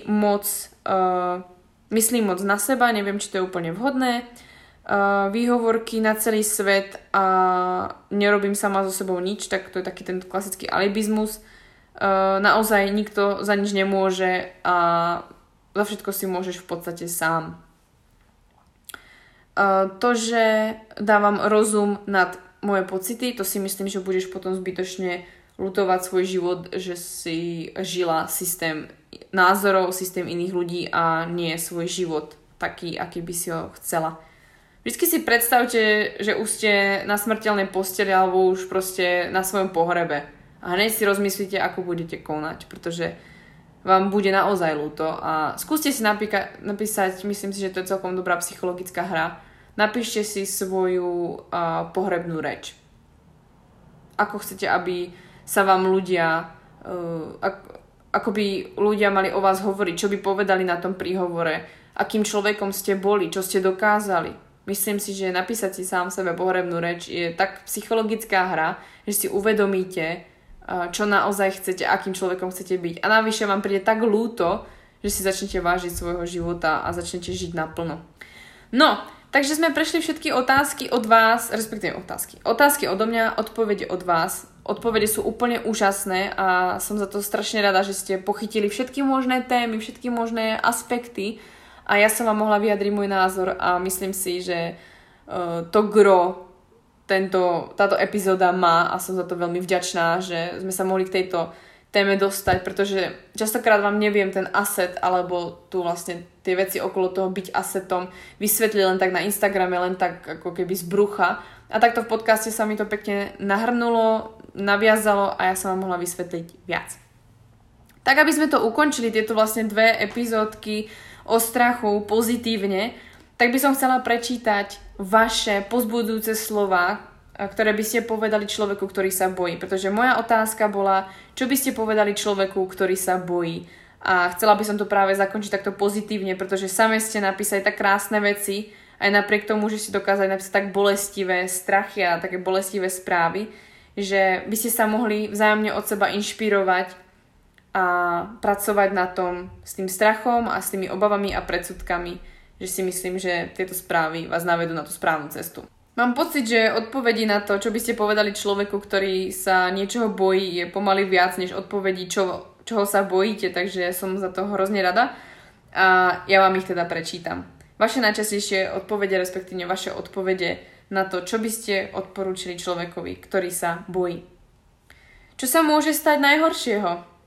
moc na seba, neviem, či to je úplne vhodné, výhovorky na celý svet a nerobím sama so sebou nič, tak to je taký ten klasický alibizmus. Naozaj nikto za nič nemôže a za všetko si môžeš v podstate sám. To, že dávam rozum nad moje pocity, to si myslím, že budeš potom zbytočne ľutovať svoj život, že si žila systém názorov, systém iných ľudí a nie svoj život taký, aký by si ho chcela. Vždycky si predstavte, že už ste na smrteľnej posteli alebo už proste na svojom pohrebe a hneď si rozmyslíte, ako budete konať, pretože vám bude naozaj ľúto a skúste si napísať, myslím si, že to je celkom dobrá psychologická hra. Napíšte si svoju pohrebnú reč. Ako chcete, aby sa vám ľudia, ako by ľudia mali o vás hovoriť, čo by povedali na tom príhovore, akým človekom ste boli, čo ste dokázali. Myslím si, že napísať si sám sebe pohrebnú reč je tak psychologická hra, že si uvedomíte, čo naozaj chcete, akým človekom chcete byť. A navyše vám príde tak ľúto, že si začnete vážiť svojho života a začnete žiť naplno. No, takže sme prešli všetky otázky od vás, respektíve otázky odo mňa, odpovede od vás. Odpovede sú úplne úžasné a som za to strašne rada, že ste pochytili všetky možné témy, všetky možné aspekty a ja som vám mohla vyjadriť môj názor a myslím si, že to gro táto epizóda má a som za to veľmi vďačná, že sme sa mohli k tejto téme dostať, pretože častokrát vám neviem ten asset alebo tu vlastne tie veci okolo toho byť assetom vysvetliť len tak na Instagrame, len tak ako keby z brucha. A takto v podcaste sa mi to pekne nahrnulo, naviazalo a ja som vám mohla vysvetliť viac. Tak aby sme to ukončili, tieto vlastne 2 epizódky o strachu pozitívne, tak by som chcela prečítať vaše povzbudzujúce slova, ktoré by ste povedali človeku, ktorý sa bojí. Pretože moja otázka bola, čo by ste povedali človeku, ktorý sa bojí. A chcela by som to práve zakončiť takto pozitívne, pretože same ste napísali tak krásne veci, aj napriek tomu, že ste dokázali napísať tak bolestivé strachy a také bolestivé správy, že by ste sa mohli vzájomne od seba inšpirovať a pracovať na tom s tým strachom a s tými obavami a predsudkami, že si myslím, že tieto správy vás navedú na tú správnu cestu. Mám pocit, že odpovedí na to, čo by ste povedali človeku, ktorý sa niečoho bojí, je pomaly viac než odpovedí, čoho sa bojíte, takže som za to hrozne rada a ja vám ich teda prečítam. Vaše najčastejšie odpovede, respektíve vaše odpovede na to, čo by ste odporúčili človekovi, ktorý sa bojí. Čo sa môže stať najhoršieho?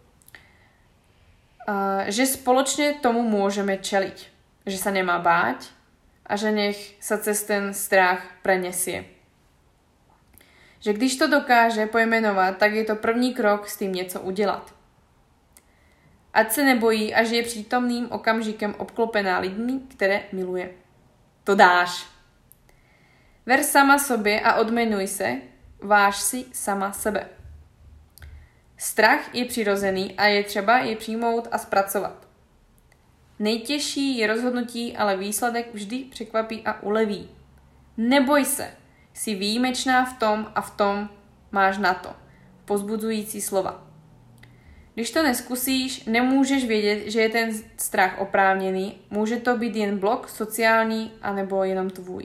Že spoločne tomu môžeme čeliť. Že sa nemá báť, a že nech sa cez ten strach prenesie. Že když to dokáže pojmenovat, tak je to první krok s tým něco udělat. Ať se nebojí a žije přítomným okamžikem obklopená lidmi, které miluje. To dáš. Ver sama sobě a odmenuj se, váž si sama sebe. Strach je přirozený a je třeba je přijmout a zpracovat. Nejtěžší je rozhodnutí, ale výsledek vždy překvapí a uleví. Neboj se, jsi výjimečná v tom a v tom máš na to. Pozbudzující slova. Když to neskusíš, nemůžeš vědět, že je ten strach oprávněný, může to být jen blok sociální anebo jenom tvůj.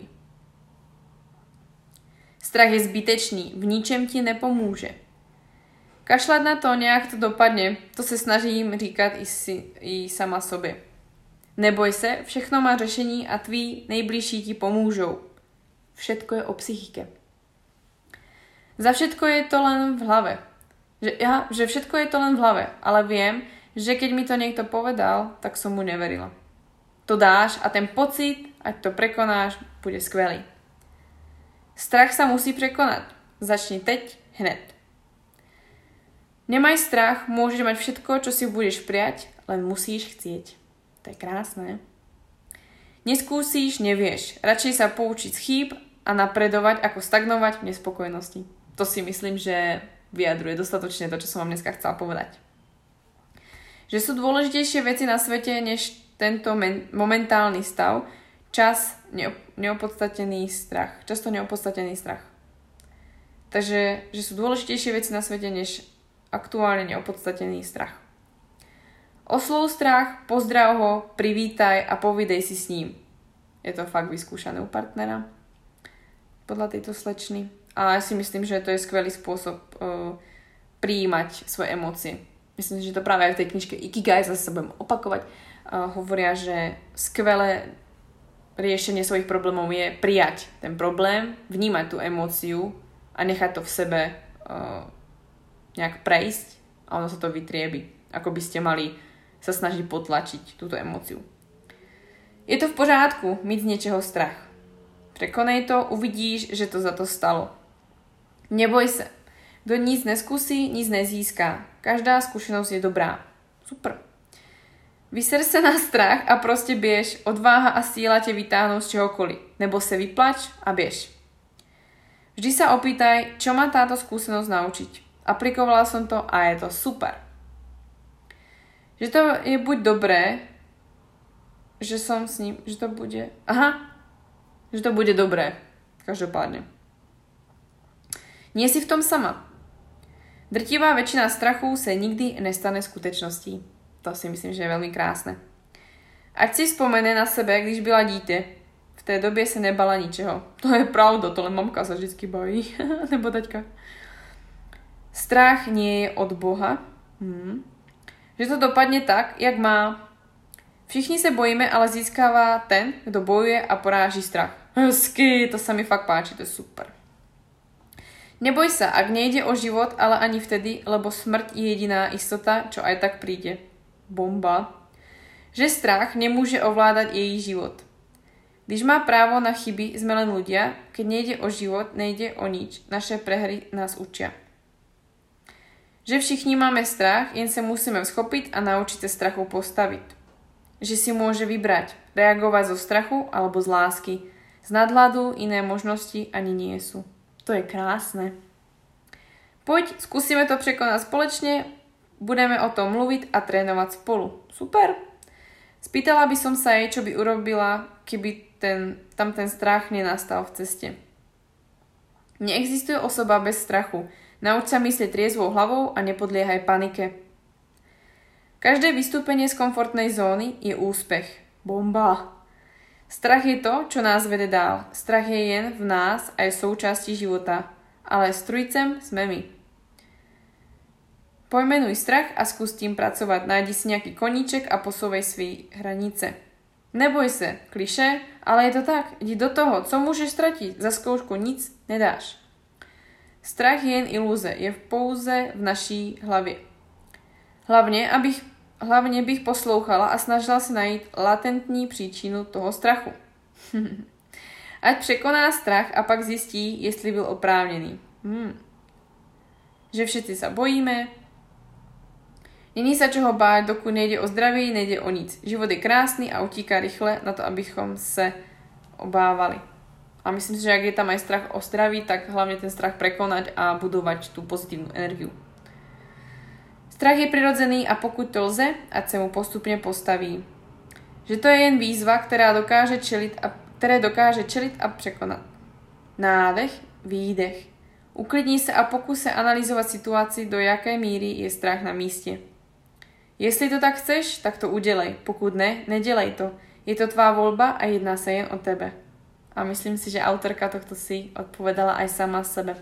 Strach je zbytečný, v ničem ti nepomůže. Kašlat na to, nějak to dopadne, to se snažím říkat i sama sobě. Neboj se, všechno má řešení a tví nejbližší ti pomůžou. Všetko je o psychike. Za všetko je to len v hlave. Že všetko je to len v hlave, ale viem, že keď mi to niekto povedal, tak som mu neverila. To dáš a ten pocit, ať to prekonáš, bude skvelý. Strach sa musí prekonať. Začni teď, hned. Nemaj strach, môžeš mať všetko, čo si budeš prijať, len musíš chcieť. To je krásne. Neskúsíš, nevieš. Radšej sa poučiť z chýb a napredovať, ako stagnovať v nespokojnosti. To si myslím, že vyjadruje dostatočne to, čo som vám dneska chcela povedať. Že sú dôležitejšie veci na svete, než tento momentálny stav, neopodstatnený strach. Často neopodstatnený strach. Takže, že sú dôležitejšie veci na svete, než aktuálne neopodstatnený strach. Oslov strach, pozdrav ho, privítaj a povídej si s ním. Je to fakt vyskúšané u partnera. Podľa tejto slečny. A ja si myslím, že to je skvelý spôsob prijímať svoje emócie. Myslím, že to práve aj v tej knižke Ikigai, zase sa budem opakovať, hovoria, že skvelé riešenie svojich problémov je prijať ten problém, vnímať tú emóciu a nechať to v sebe nejak prejsť a ono sa to vytriebi. Ako by ste mali sa snažiť potlačiť túto emóciu. Je to v pořádku mít z niečoho strach. Prekonej to, uvidíš, že to za to stalo. Neboj sa. Kto nic neskúsi, nic nezíská. Každá skúsenosť je dobrá. Super. Vyser sa na strach a proste biež. Odváha a síla te vytáhnou z čehokoliv. Nebo se vyplač a biež. Vždy sa opýtaj, čo ma táto skúsenosť naučiť. Aplikovala som to a je to super. Že to je buď dobré, že som s ním, že to bude... že to bude dobré. Každopádne. Nie si v tom sama. Drtivá väčšina strachu sa nikdy nestane skutečností. To si myslím, že je veľmi krásne. Ať si spomene na sebe, když byla dítě. V té době se nebala ničeho. To je pravda, to len mamka sa vždycky bojí. Nebo taťka. Strach nie je od Boha. Že to dopadne tak, jak má. Všichni se bojíme, ale získává ten, kdo bojuje a poráží strach. Hezky, to sa mi fakt páči, to je super. Neboj sa, ak nejde o život, ale ani vtedy, lebo smrť je jediná istota, čo aj tak príde. Bomba. Že strach nemôže ovládať jej život. Když má právo na chyby, sme len ľudia, keď nejde o život, nejde o nič. Naše prehry nás učia. Že všichni máme strach, jen sa musíme schopiť a naučiť sa strachu postaviť. Že si môže vybrať, reagovať zo strachu alebo z lásky. Z nadhľadu iné možnosti ani nie sú. To je krásne. Poď, skúsime to prekonať spoločne, budeme o tom mluviť a trénovať spolu. Super. Spýtala by som sa jej, čo by urobila, keby tam ten strach nenastal v ceste. Neexistuje osoba bez strachu. Nauč sa myslieť triezvou hlavou a nepodliehaj panike. Každé vystúpenie z komfortnej zóny je úspech. Bomba. Strach je to, čo nás vede dál. Strach je jen v nás a je súčasťou života. Ale strujcem sme my. Pojmenuj strach a skús tým pracovať. Nájdi si nejaký koníček a posúvaj svoje hranice. Neboj sa, klišé, ale je to tak. Idi do toho, co môžeš stratiť. Za skúšku nic nedáš. Strach je jen ilúze. Je v pouze v naší hlavě. Hlavne bych poslouchala a snažila sa najít latentní příčinu toho strachu. Ať překoná strach a pak zistí, jestli byl oprávnený. Že všetci sa bojíme. Není sa čoho báť, dokud nejde o zdraví, nejde o nic. Život je krásny a utíká rýchle na to, abychom se obávali. A myslím si, že ak je tam aj strach o zdraví, tak hlavne ten strach prekonať a budovať tú pozitívnu energiu. Strach je prirodzený a pokud to lze, ať sa mu postupne postaví. Že to je jen výzva, ktoré dokáže čeliť a překonat. Nádech, výdech. Uklidni sa a pokus sa analyzovať situácii, do jaké míry je strach na míste. Jestli to tak chceš, tak to udelej. Pokud ne, nedelej to. Je to tvá voľba a jedná sa jen o tebe. A myslím si, že autorka tohto si odpovedala aj sama sebe.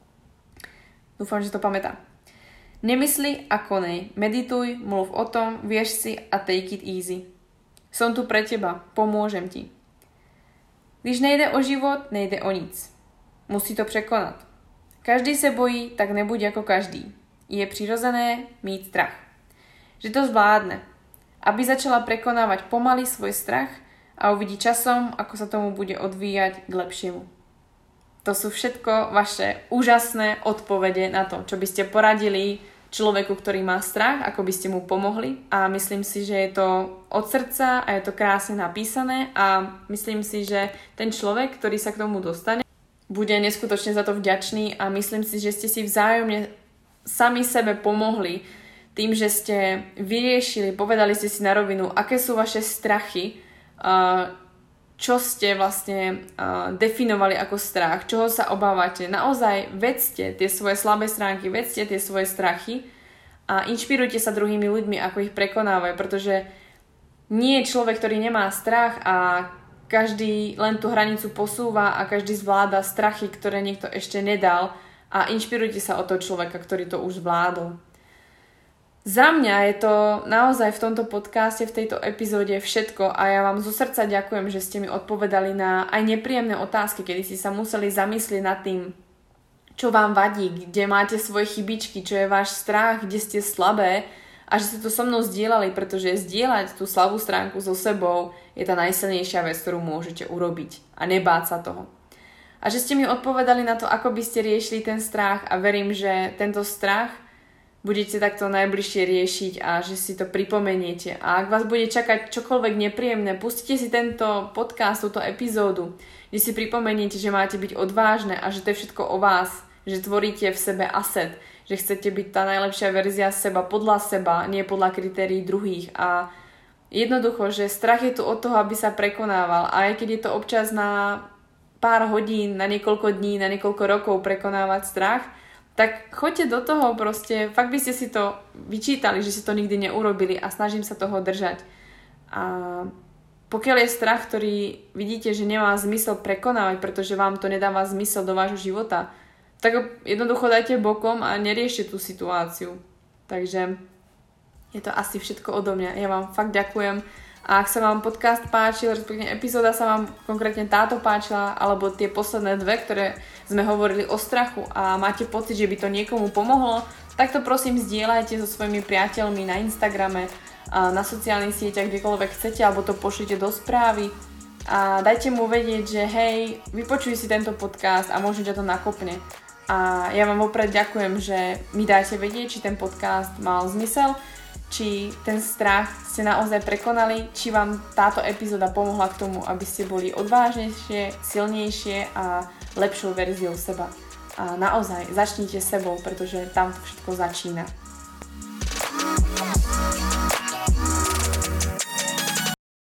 Dúfam, že to pamätá. Nemysli a konej. Medituj, mluv o tom, vieš si a take it easy. Som tu pre teba, pomôžem ti. Když nejde o život, nejde o nic. Musí to překonat. Každý se bojí, tak nebuď ako každý. Je přirozené mít strach. Že to zvládne. Aby začala prekonávať pomaly svoj strach a uvidí časom, ako sa tomu bude odvíjať k lepšiemu. To sú všetko vaše úžasné odpovede na to, čo by ste poradili človeku, ktorý má strach, ako by ste mu pomohli. A myslím si, že je to od srdca a je to krásne napísané a myslím si, že ten človek, ktorý sa k tomu dostane, bude neskutočne za to vďačný a myslím si, že ste si vzájomne sami sebe pomohli tým, že ste vyriešili, povedali ste si na rovinu, aké sú vaše strachy, čo ste vlastne definovali ako strach, čoho sa obávate. Naozaj vedzte tie svoje slabé stránky, vedzte tie svoje strachy a inšpirujte sa druhými ľuďmi, ako ich prekonávajú, pretože nie je človek, ktorý nemá strach a každý len tú hranicu posúva a každý zvláda strachy, ktoré niekto ešte nedal a inšpirujte sa od toho človeka, ktorý to už zvládol. Za mňa je to naozaj v tomto podcaste, v tejto epizóde všetko a ja vám zo srdca ďakujem, že ste mi odpovedali na aj nepríjemné otázky, kedy ste sa museli zamyslieť nad tým, čo vám vadí, kde máte svoje chybičky, čo je váš strach, kde ste slabé a že ste to so mnou zdieľali, pretože zdieľať tú slabú stránku so sebou je tá najsilnejšia vec, ktorú môžete urobiť a nebáť sa toho. A že ste mi odpovedali na to, ako by ste riešili ten strach a verím, že tento strach budete takto najbližšie riešiť a že si to pripomeniete. A ak vás bude čakať čokoľvek nepríjemné, pustite si tento podcast, túto epizódu, kde si pripomeniete, že máte byť odvážne a že to je všetko o vás, že tvoríte v sebe asset, že chcete byť tá najlepšia verzia seba podľa seba, nie podľa kritérií druhých. A jednoducho, že strach je tu od toho, aby sa prekonával. A aj keď je to občas na pár hodín, na niekoľko dní, na niekoľko rokov prekonávať strach, tak choďte do toho proste, fakt by ste si to vyčítali, že si to nikdy neurobili a snažím sa toho držať. A pokiaľ je strach, ktorý vidíte, že nemá zmysel prekonávať, pretože vám to nedáva zmysel do vášho života, tak jednoducho dajte bokom a neriešte tú situáciu. Takže je to asi všetko odo mňa. Ja vám fakt ďakujem A ak sa vám podcast páčil, respektíve epizóda sa vám konkrétne táto páčila, alebo tie posledné dve, ktoré sme hovorili o strachu a máte pocit, že by to niekomu pomohlo, tak to prosím zdieľajte so svojimi priateľmi na Instagrame, na sociálnych sieťach, kdekoľvek chcete, alebo to pošlite do správy a dajte mu vedieť, že hej, vypočuj si tento podcast a možno ťa to nakopne. A ja vám vopred ďakujem, že mi dáte vedieť, či ten podcast mal zmysel, či ten strach ste naozaj prekonali, či vám táto epizóda pomohla k tomu, aby ste boli odvážnejšie, silnejšie a lepšou verziou seba. A naozaj začnite sebou, pretože tam to všetko začína.